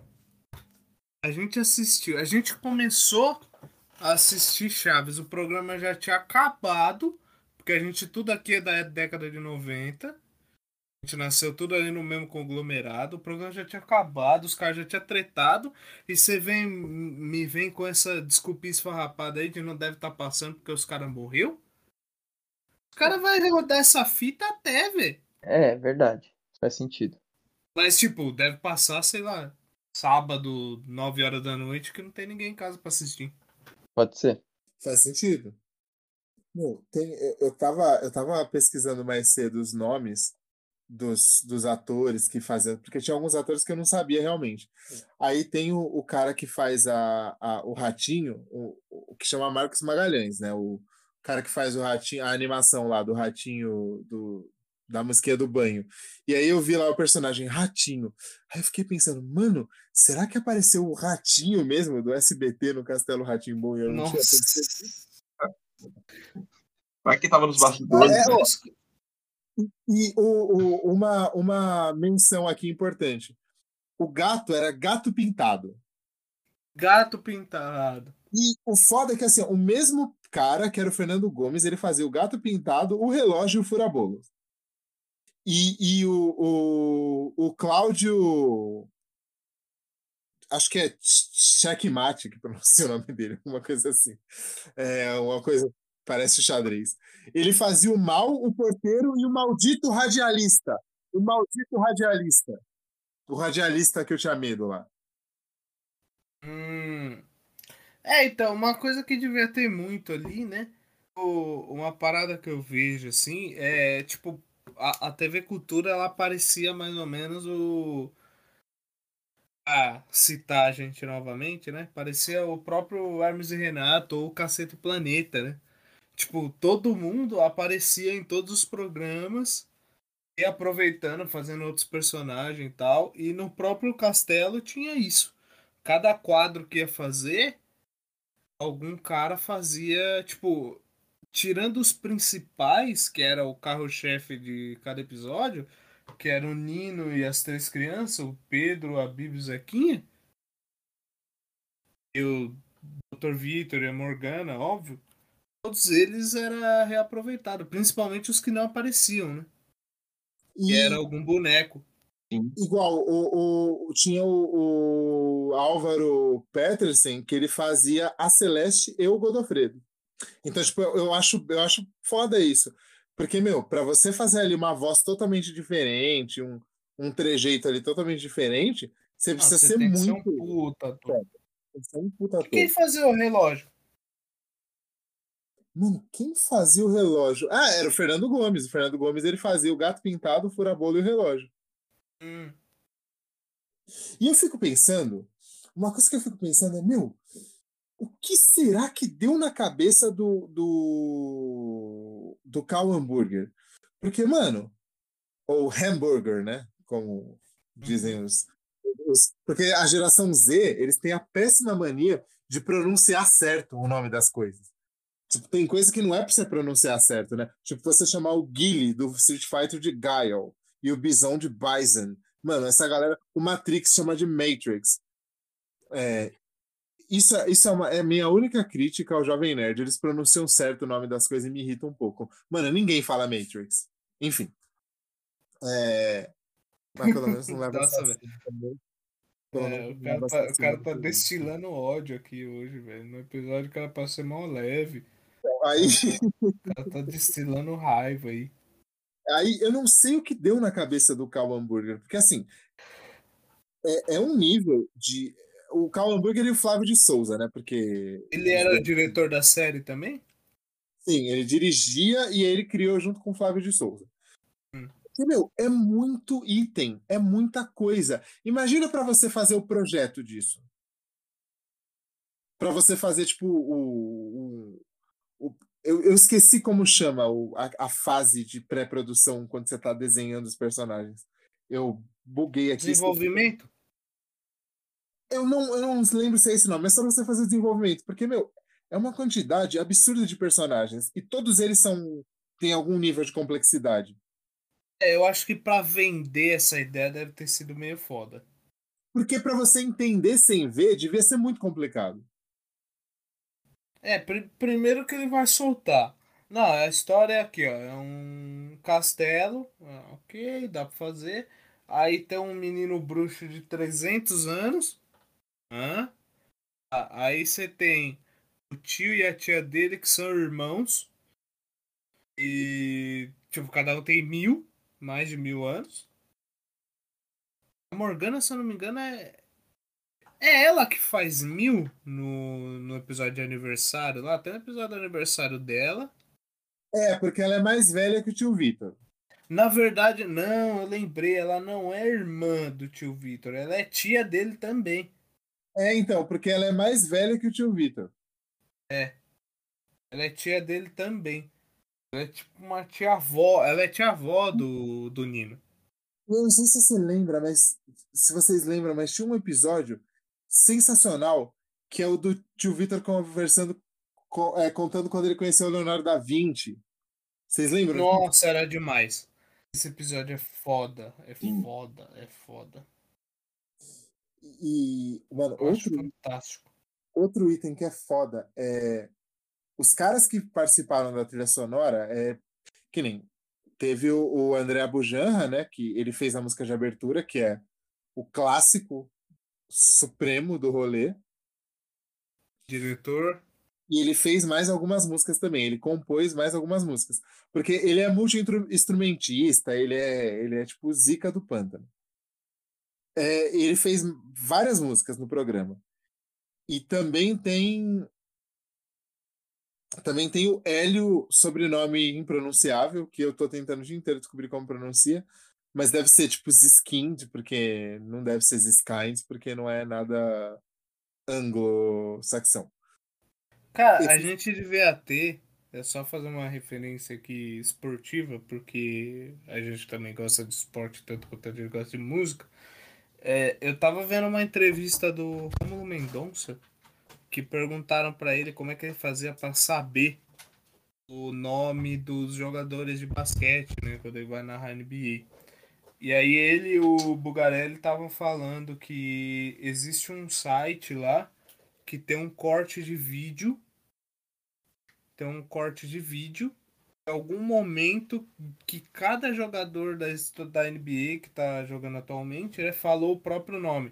A gente assistiu. A gente começou a assistir Chaves. O programa já tinha acabado. Porque a gente tudo aqui é da década de noventa. A gente nasceu tudo ali no mesmo conglomerado. O programa já tinha acabado, os caras já tinham tretado. E você vem, me vem com essa desculpinha esfarrapada aí de não deve estar passando porque os caras morreu. Os caras vão rodar essa fita até, velho. É, verdade. Faz sentido. Mas, tipo, deve passar, sei lá, sábado, nove horas da noite, que não tem ninguém em casa pra assistir. Pode ser. faz sentido. Bom, tem, eu, eu, tava, eu tava pesquisando mais cedo os nomes dos, dos atores que faziam, porque tinha alguns atores que eu não sabia realmente. Aí tem o, o cara que faz a, a, o Ratinho, o, o que chama Marcos Magalhães, né? O cara que faz o Ratinho, a animação lá do Ratinho do, da musiquinha do banho. E aí eu vi lá o personagem Ratinho. Aí eu fiquei pensando, mano, será que apareceu o Ratinho mesmo do S B T no Castelo Rá-Tim-Bum? Eu não Nossa. tinha percebido. Vai que tava nos bastidores. É, ó, Os- E o, o- uma, uma menção aqui importante. O gato era Gato Pintado. Gato pintado. E o foda é que assim, o mesmo cara, que era o Fernando Gomes, ele fazia o Gato Pintado, o Relógio e o Furabolo. E, e o, o, o Cláudio. Acho que é Checkmate que pronuncia o nome dele, uma coisa assim. É uma coisa. Parece xadrez. Ele fazia o mal, o porteiro e o maldito radialista. O maldito radialista. O radialista que eu tinha medo lá. Hum. É, então, uma coisa que devia ter muito ali, né? O- uma parada que eu vejo, assim, é, tipo, a, a T V Cultura, ela parecia mais ou menos o... Ah, citar a gente novamente, né? Parecia o próprio Hermes e Renato ou o Cacete Planeta, né? Tipo, todo mundo aparecia em todos os programas e aproveitando, fazendo outros personagens e tal. E no próprio Castelo tinha isso. Cada quadro que ia fazer, algum cara fazia, tipo, tirando os principais, que era o carro-chefe de cada episódio, que era o Nino e as três crianças, o Pedro, a Bibi e o Zequinha, e o doutor Vitor e a Morgana, óbvio. Todos eles era reaproveitado, principalmente os que não apareciam, né? Que era E algum boneco. igual, o, o, tinha o, o Álvaro Petersen, que ele fazia a Celeste e o Godofredo. Então, tipo, eu, eu acho, eu acho foda isso. Porque, meu, pra você fazer ali uma voz totalmente diferente, um, um trejeito ali totalmente diferente, você Não, precisa você ser tem que ser um muito. puta ator. Tem que ser um puta E quem ator. fazia o relógio? Mano, quem fazia o relógio? Ah, era o Fernando Gomes. O Fernando Gomes, ele fazia o Gato Pintado, o Furabolo e o relógio. Hum. E eu fico pensando, uma coisa que eu fico pensando é, meu, o que será que deu na cabeça do do, do Cal Hamburger? Porque, mano, ou Hamburger, né? Como dizem Uhum. os, os... Porque a geração Z, eles têm a péssima mania de pronunciar certo o nome das coisas. Tipo, tem coisa que não é pra você pronunciar certo, né? Tipo, você chamar o Guile do Street Fighter de Guile e o Bison de Bison. Mano, essa galera... O Matrix chama de Matrix. É, isso é, isso é, uma, é a minha única crítica ao Jovem Nerd. Eles pronunciam certo o nome das coisas e me irritam um pouco. Mano, ninguém fala Matrix. Enfim. É, mas pelo menos não leva Nossa, velho. assassino também. Pelo É, menos o não cara leva tá, o assassino cara do tá filme. destilando ódio aqui hoje, velho. No episódio o cara pra ser mó leve. Aí, O cara tá destilando raiva aí. aí eu não sei o que deu na cabeça do Cal Hamburger. Porque assim, é, é um nível de. O Cal Hamburger e o Flávio de Souza, né? Porque. Ele Os era o dois. diretor da série também? Sim, ele dirigia e ele criou junto com o Flávio de Souza. Hum. E, meu, é muito item, é muita coisa. Imagina para você fazer o projeto disso. Para você fazer, tipo, o. o, o eu, eu esqueci como chama o, a, a fase de pré-produção quando você tá desenhando os personagens. Eu buguei aqui. Desenvolvimento? Eu não, eu não lembro se é esse nome, mas só pra você fazer o desenvolvimento. Porque, meu, é uma quantidade absurda de personagens. E todos eles são têm algum nível de complexidade. É, eu acho que pra vender essa ideia deve ter sido meio foda. Porque para você entender sem ver, devia ser muito complicado. É, pr- primeiro que ele vai soltar. Não, a história é aqui, ó. É um castelo. Ah, ok, dá pra fazer. Aí tem um menino bruxo de trezentos anos. Hã? Ah, aí você tem o tio e a tia dele que são irmãos. E, tipo, cada um tem mil, mais de mil anos. A Morgana, se eu não me engano, é. É ela que faz mil no, no episódio de aniversário lá. Tem um episódio do aniversário dela. É, porque ela é mais velha que o tio Vitor. Na verdade, não, eu lembrei, ela não é irmã do tio Vitor, ela é tia dele também. É, então, porque ela é mais velha que o tio Vitor. É, ela é tia dele também. Ela é tipo uma tia-avó, ela é tia-avó do, do Nino. Eu não sei se você lembra, mas se vocês lembram, mas tinha um episódio sensacional que é o do tio Vitor conversando, co- é, contando quando ele conheceu o Leonardo da Vinci. Vocês lembram disso? Nossa, era demais. Esse episódio é foda, é Sim. foda, é foda. E, mano, Eu acho outro, fantástico. outro item que é foda é os caras que participaram da trilha sonora é que nem teve o, o André Abujanra, né, que ele fez a música de abertura, que é o clássico supremo do rolê. Diretor. E ele fez mais algumas músicas também. Ele compôs mais algumas músicas. Porque ele é multi-instrumentista, ele é, ele é tipo Zica do Pântano. É, ele fez várias músicas no programa. E também tem. Também tem o Hélio, sobrenome impronunciável, que eu tô tentando o dia inteiro descobrir como pronuncia. Mas deve ser tipo Ziskind, porque não deve ser Ziskind, porque não é nada anglo-saxão. Cara, a Esse- gente devia ter, é só fazer uma referência aqui esportiva, porque a gente também gosta de esporte tanto quanto a gente gosta de música. É, eu tava vendo uma entrevista do Rômulo Mendonça que perguntaram pra ele como é que ele fazia pra saber o nome dos jogadores de basquete, né, quando ele vai narrar N B A. E aí ele e o Bugarelli estavam falando que existe um site lá que tem um corte de vídeo, tem um corte de vídeo em algum momento que cada jogador da, da N B A que tá jogando atualmente, ele falou o próprio nome.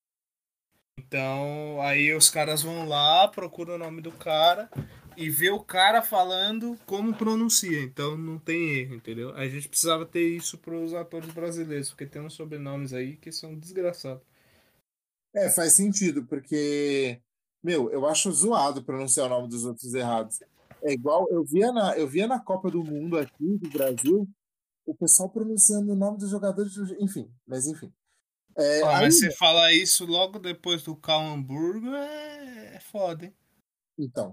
Então, aí os caras vão lá, procuram o nome do cara e vê o cara falando como pronuncia. Então não tem erro, entendeu? A gente precisava ter isso pros atores brasileiros, porque tem uns sobrenomes aí que são desgraçados. É, faz sentido, porque, meu, eu acho zoado pronunciar o nome dos outros errados. É igual, eu via, na, eu via na Copa do Mundo aqui do Brasil, o pessoal pronunciando o nome dos jogadores, de- enfim, mas enfim. É, Ó, aí, mas você falar isso logo depois do Cal Hamburgo é, é foda, hein? então,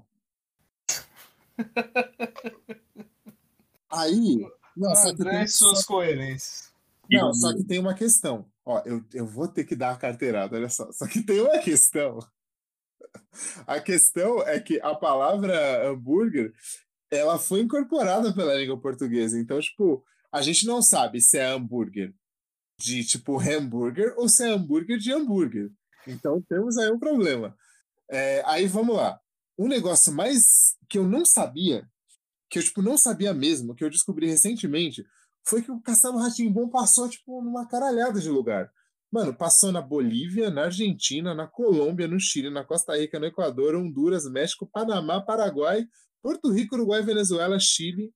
aí, não, só que André tem, e só, suas coerências. não, só que tem uma questão. Ó, eu, eu vou ter que dar a carteirada, olha só. Só que tem uma questão. A questão é que a palavra hambúrguer, ela foi incorporada pela língua portuguesa. Então, tipo, a gente não sabe se é hambúrguer de tipo hambúrguer ou se é hambúrguer de hambúrguer. Então temos aí um problema. É, aí vamos lá. Um negócio mais que eu não sabia, que eu tipo, não sabia mesmo, que eu descobri recentemente, foi que o Castelo Rá-Tim-Bum passou tipo, numa caralhada de lugar. Mano, passou na Bolívia, na Argentina, na Colômbia, no Chile, na Costa Rica, no Equador, Honduras, México, Panamá, Paraguai, Porto Rico, Uruguai, Venezuela, Chile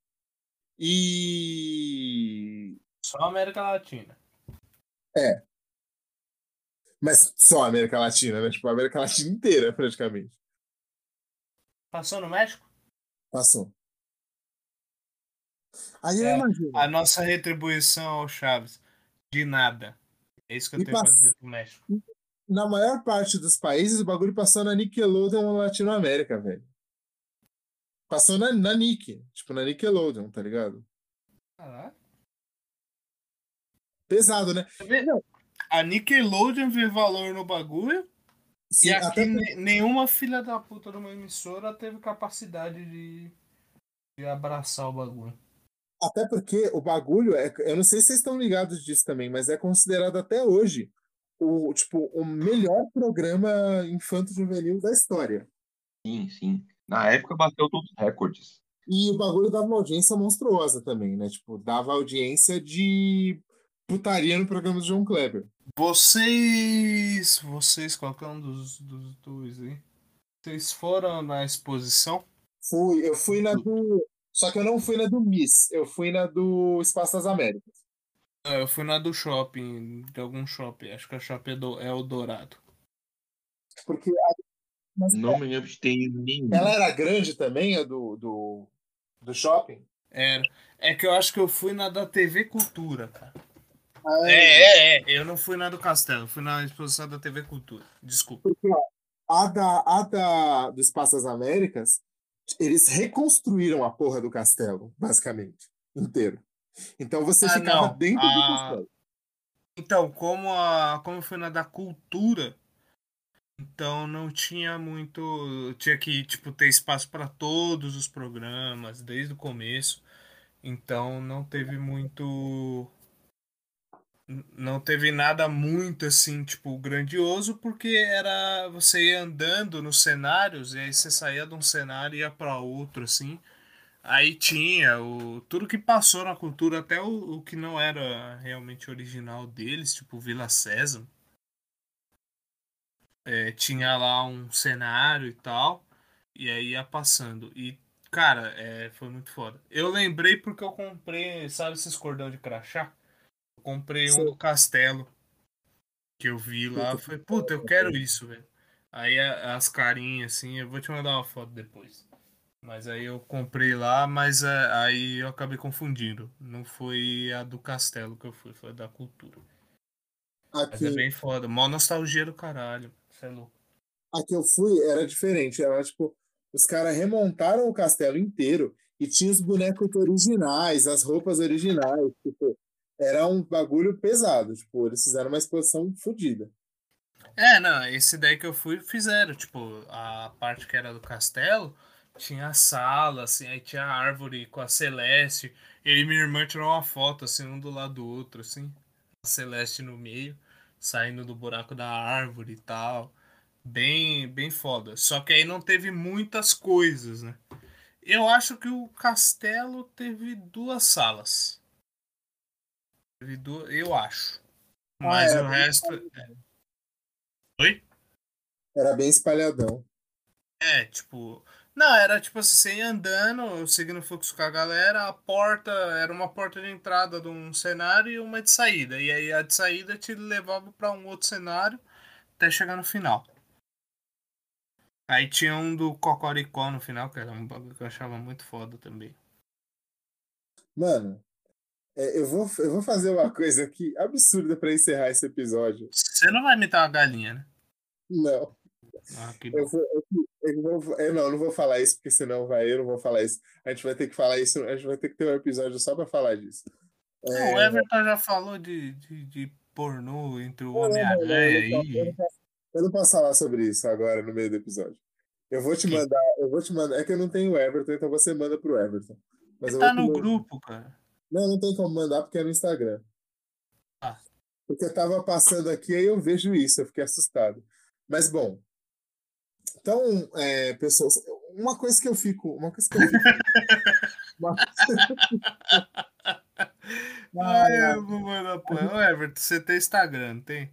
e. Só América Latina. É, mas só a América Latina, né? Tipo, a América Latina inteira, praticamente. Passou no México? Passou. Aí eu É, imagino. a nossa retribuição ao Chaves. De nada. É isso que eu E tenho pra pass... dizer pro México. Na maior parte dos países, o bagulho passou na Nickelodeon Latinoamérica, velho. Passou na, na Nick. Tipo, na Nickelodeon, tá ligado? Caralho. Pesado, né? Você vê? Não, A Nickelodeon vê valor no bagulho e sim, aqui até, por- ne- nenhuma filha da puta de uma emissora teve capacidade de, de abraçar o bagulho. até porque o bagulho é. Eu não sei se vocês estão ligados disso também, mas é considerado até hoje o, tipo, o melhor programa infanto-juvenil da história. Sim, sim. Na época bateu todos os recordes. E o bagulho dava uma audiência monstruosa também, né? Tipo, dava audiência de putaria no programa do João Kleber. Vocês. Vocês, qualquer um dos, dos dois aí. Vocês foram na exposição? Fui, eu fui na do. Só que eu não fui na do Miss, eu fui na do Espaço das Américas. Ah, eu fui na do shopping, de algum shopping. Acho que a shopping é do- é o Dourado. Porque a- mas Não me lembro de ter ido ela nenhum. era grande também, a do, do, do shopping. Era. É que eu acho que eu fui na da T V Cultura, cara. Ah, É, é, é. Eu não fui na do Castelo, fui na exposição da T V Cultura. Desculpa. porque ó, a, da, a da, do Espaço das Américas, eles reconstruíram a porra do castelo, basicamente, inteiro. Então você Ah, ficava não. dentro do Ah, castelo. então, como a como eu fui na da Cultura, então não tinha muito, tinha que, tipo, ter espaço para todos os programas desde o começo. Então não teve muito n- não teve nada muito assim, tipo, grandioso, porque era você ia andando nos cenários e aí você saía de um cenário e ia para outro assim. Aí tinha o, tudo que passou na cultura, até o, o que não era realmente original deles, tipo Vila Sésamo. É, tinha lá um cenário e tal, e aí ia passando. E, cara, é, foi muito foda. Eu lembrei porque eu comprei, sabe esses cordão de crachá? Eu comprei um Você do Castelo, que eu vi lá. Eu puta, falei, puta, eu quero isso, velho. Aí a- as carinhas, assim, eu vou te mandar uma foto depois. Mas aí eu comprei lá, mas é, aí eu acabei confundindo. Não foi a do Castelo que eu fui, foi a da Cultura. Mas é aqui, bem foda. Mó nostalgia do caralho. Você é louco. a que eu fui era diferente. Era tipo, os caras remontaram o castelo inteiro e tinha os bonecos originais, as roupas originais. Tipo, era um bagulho pesado. Tipo, eles fizeram uma exposição fodida. É, não, esse daí que eu fui fizeram, tipo, a parte que era do castelo, tinha a sala, assim, aí tinha a árvore com a Celeste, eu e minha irmã tirou uma foto, assim, um do lado do outro, assim, a Celeste no meio, saindo do buraco da árvore e tal, bem, bem foda. Só que aí não teve muitas coisas, né? Eu acho que o castelo teve duas salas, teve duas, eu acho, Ah, mas era o bem, resto... Oi? era bem espalhadão. É, tipo. Não, era tipo assim, você ia andando, seguindo o fluxo com a galera, a porta era uma porta de entrada de um cenário e uma de saída. E aí a de saída te levava pra um outro cenário até chegar no final. Aí tinha um do Cocoricó no final, que era um bagulho que eu achava muito foda também. Mano, é, eu, vou, eu vou fazer uma coisa aqui absurda pra encerrar esse episódio. Você não vai imitar uma galinha, né? Não. Ah, que Eu, bom. vou, eu, eu vou- eu não, eu não vou falar isso, porque senão vai, eu não vou falar isso. A gente vai ter que falar isso, a gente vai ter que ter um episódio só pra falar disso. Não, o É, Everton já falou de, de, de pornô entre o não, não, não, não, eu Homem-Aranha não posso- eu não aí. posso- eu não posso falar sobre isso agora no meio do episódio. Eu vou te Que, mandar, eu vou te mandar. É que eu não tenho o Everton, então você manda pro Everton. Mas que eu vou tá te no mandar. grupo, cara. Não, não tem como mandar porque é no Instagram. Ah, Porque eu tava passando aqui e eu vejo isso, eu fiquei assustado. Mas bom, então, é, pessoas, uma coisa que eu fico, uma coisa que eu fico, uma- ai, eu vou mandar pro Ô, Everton, você tem Instagram, não tem?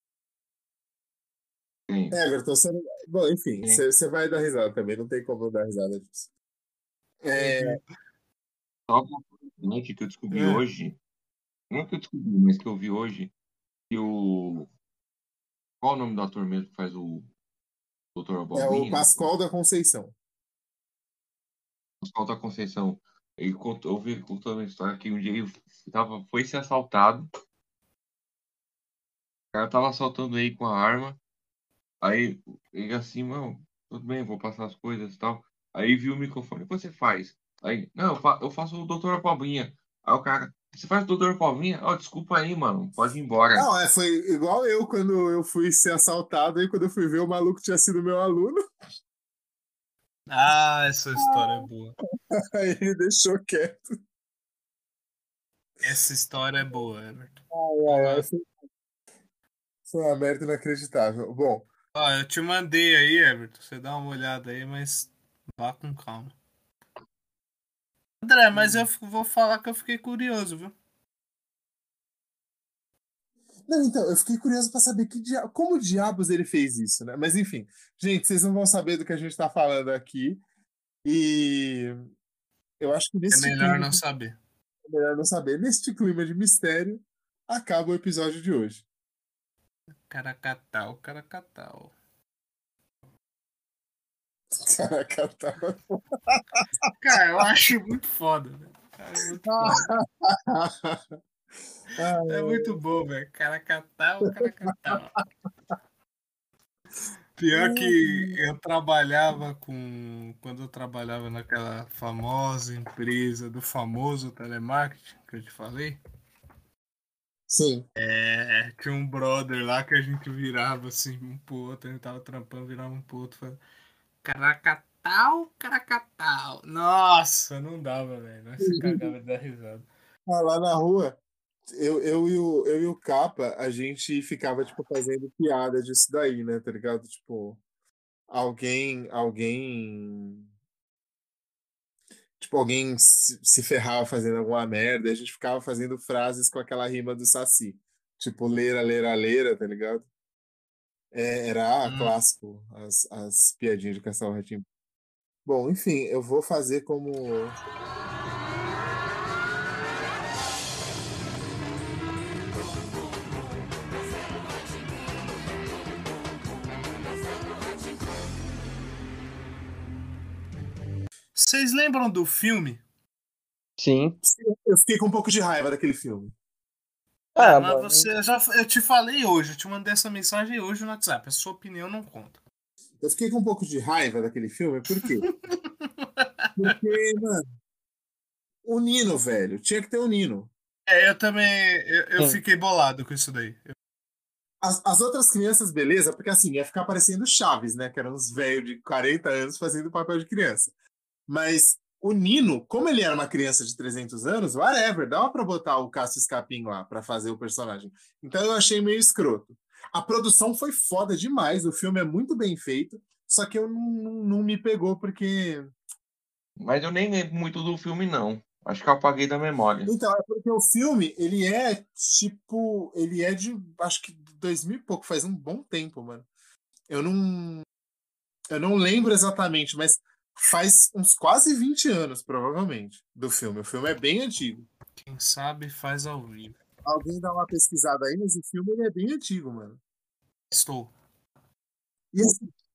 Sim, Everton, você não- bom, enfim, sim. você, você vai dar risada também, não tem como eu dar risada disso. É, Só uma coisa que eu descobri É. hoje. Não que eu descobri, mas que eu vi hoje. Que o. Qual é o nome do ator mesmo que faz o doutor é o Abobrinha? Pascoal da Conceição. Pascoal da Conceição. Ele contou, eu vi ele contando uma história que um dia ele tava, foi ser assaltado. O cara tava assaltando ele com a arma. Aí ele assim, mano, tudo bem, vou passar as coisas e tal. Aí viu o microfone, o que você faz? Aí, não, eu, fa eu faço o doutor Abobrinha. Aí o cara, você faz o doutor Abobrinha? Ó, desculpa aí, mano, pode ir embora. Não, é, foi igual eu quando eu fui ser assaltado e quando eu fui ver o maluco tinha sido meu aluno, Ah, essa história é boa. aí ele deixou quieto. Essa história é boa, Everton. Ai, ai, ai, Porra. foi, foi uma merda inacreditável. Bom, Ó, eu te mandei aí, Everton. Você dá uma olhada aí, mas vá com calma. André, mas eu f- vou falar que eu fiquei curioso, viu? não, então, eu fiquei curioso pra saber que dia... como diabos ele fez isso, né? Mas enfim, gente, vocês não vão saber do que a gente tá falando aqui. E eu acho que É neste melhor clima, não saber. é melhor não saber, neste clima de mistério, acaba o episódio de hoje. Caracatal, caracatal. Caraca, tá... Cara, eu acho muito foda, velho. Cara, é muito foda. É muito bom, velho. Caracatal, caracatal. Pior que eu trabalhava com. Quando eu trabalhava naquela famosa empresa do famoso telemarketing que eu te falei, Sim. é, tinha um brother lá que a gente virava assim um pro outro, a gente tava trampando, virava um pro outro, falando, caracatal, caracatal. Nossa, não dava, velho. Nós se cagava de dar risada. Ah, lá na rua, eu, eu, e o, eu e o Capa, a gente ficava, tipo, fazendo piada disso daí, né? Tá ligado? Tipo, alguém, alguém, tipo, alguém se, se ferrava fazendo alguma merda, e a gente ficava fazendo frases com aquela rima do Saci. Tipo, leira, leira, leira, tá ligado? É, era ah, Hum. clássico, as, as piadinhas de Castelo rá tim. Bom, enfim, eu vou fazer como. Vocês lembram do filme? Sim. Eu fiquei com um pouco de raiva daquele filme. Ah, Ah, mas mano. você já, eu te falei hoje, eu te mandei essa mensagem hoje no WhatsApp. A sua opinião não conta. Eu fiquei com um pouco de raiva daquele filme, por quê? Porque, mano, o Nino, velho, tinha que ter o Nino. É, eu também. Eu, eu Sim. fiquei bolado com isso daí. Eu- As, as outras crianças, beleza, porque assim, ia ficar parecendo Chaves, né? Que eram uns velhos de quarenta anos fazendo papel de criança. Mas o Nino, como ele era uma criança de trezentos anos, whatever, dava pra botar o Cássio Escapim lá pra fazer o personagem. Então eu achei meio escroto. A produção foi foda demais, o filme é muito bem feito, só que eu não, não, não me pegou porque. Mas eu nem lembro muito do filme, não. Acho que eu apaguei da memória. Então, é porque o filme, ele é tipo. Ele é de. Acho que dois mil e pouco, faz um bom tempo, mano. Eu não. Eu não lembro exatamente, mas faz uns quase vinte anos, provavelmente, do filme. O filme é bem antigo. Quem sabe faz ao vivo. Alguém dá uma pesquisada aí, mas o filme ele é bem antigo, mano. Estou. E assim,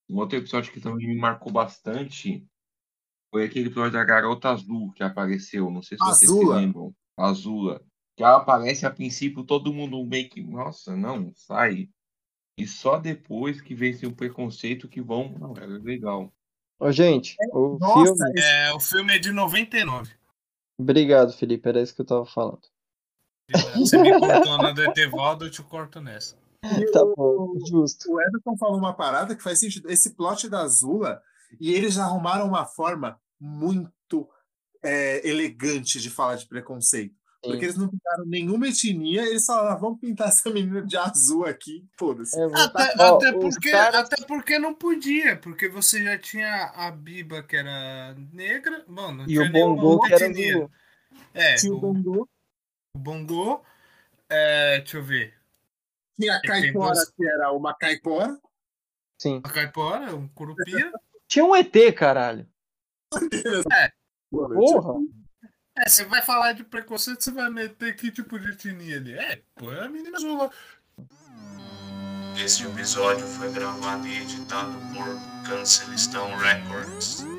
Um outro episódio que também me marcou bastante foi aquele episódio da Garota Azul que apareceu. Não sei se vocês se Azula. lembram. Azula. Que ela aparece a princípio, todo mundo meio que. Nossa, não, sai. E só depois que vence o preconceito que vão. Não, era legal. Ô, gente, o Nossa, filme. É, o filme é de noventa e nove. Obrigado, Felipe, era isso que eu tava falando. Você me cortou na do Etevaldo, eu te corto nessa. E Tá o- bom, justo. O Everton falou uma parada que faz sentido. Esse plot da Azula, e eles arrumaram uma forma muito é, elegante de falar de preconceito. Porque Sim. eles não pintaram nenhuma etnia, eles falaram, ah, vamos pintar essa menina de azul aqui, foda-se. É, vou Até, tá- ó, até os porque, caras- até porque não podia, porque você já tinha a Biba, que era negra, bom, não E tinha o nenhuma Bongo, outra que era etnia. azul. É, Tinha o o, Bongo, o Bongo, é, deixa eu ver, tinha a que tem Caipora, duas- que era uma Caipora. Sim. a Caipora, um Curupira. Tinha um E T, caralho. É. Porra. É, você vai falar de preconceito, você vai meter que tipo de etnia ali? É, pô, é a menina azul lá. Este episódio foi gravado e editado por Cancelistão Records.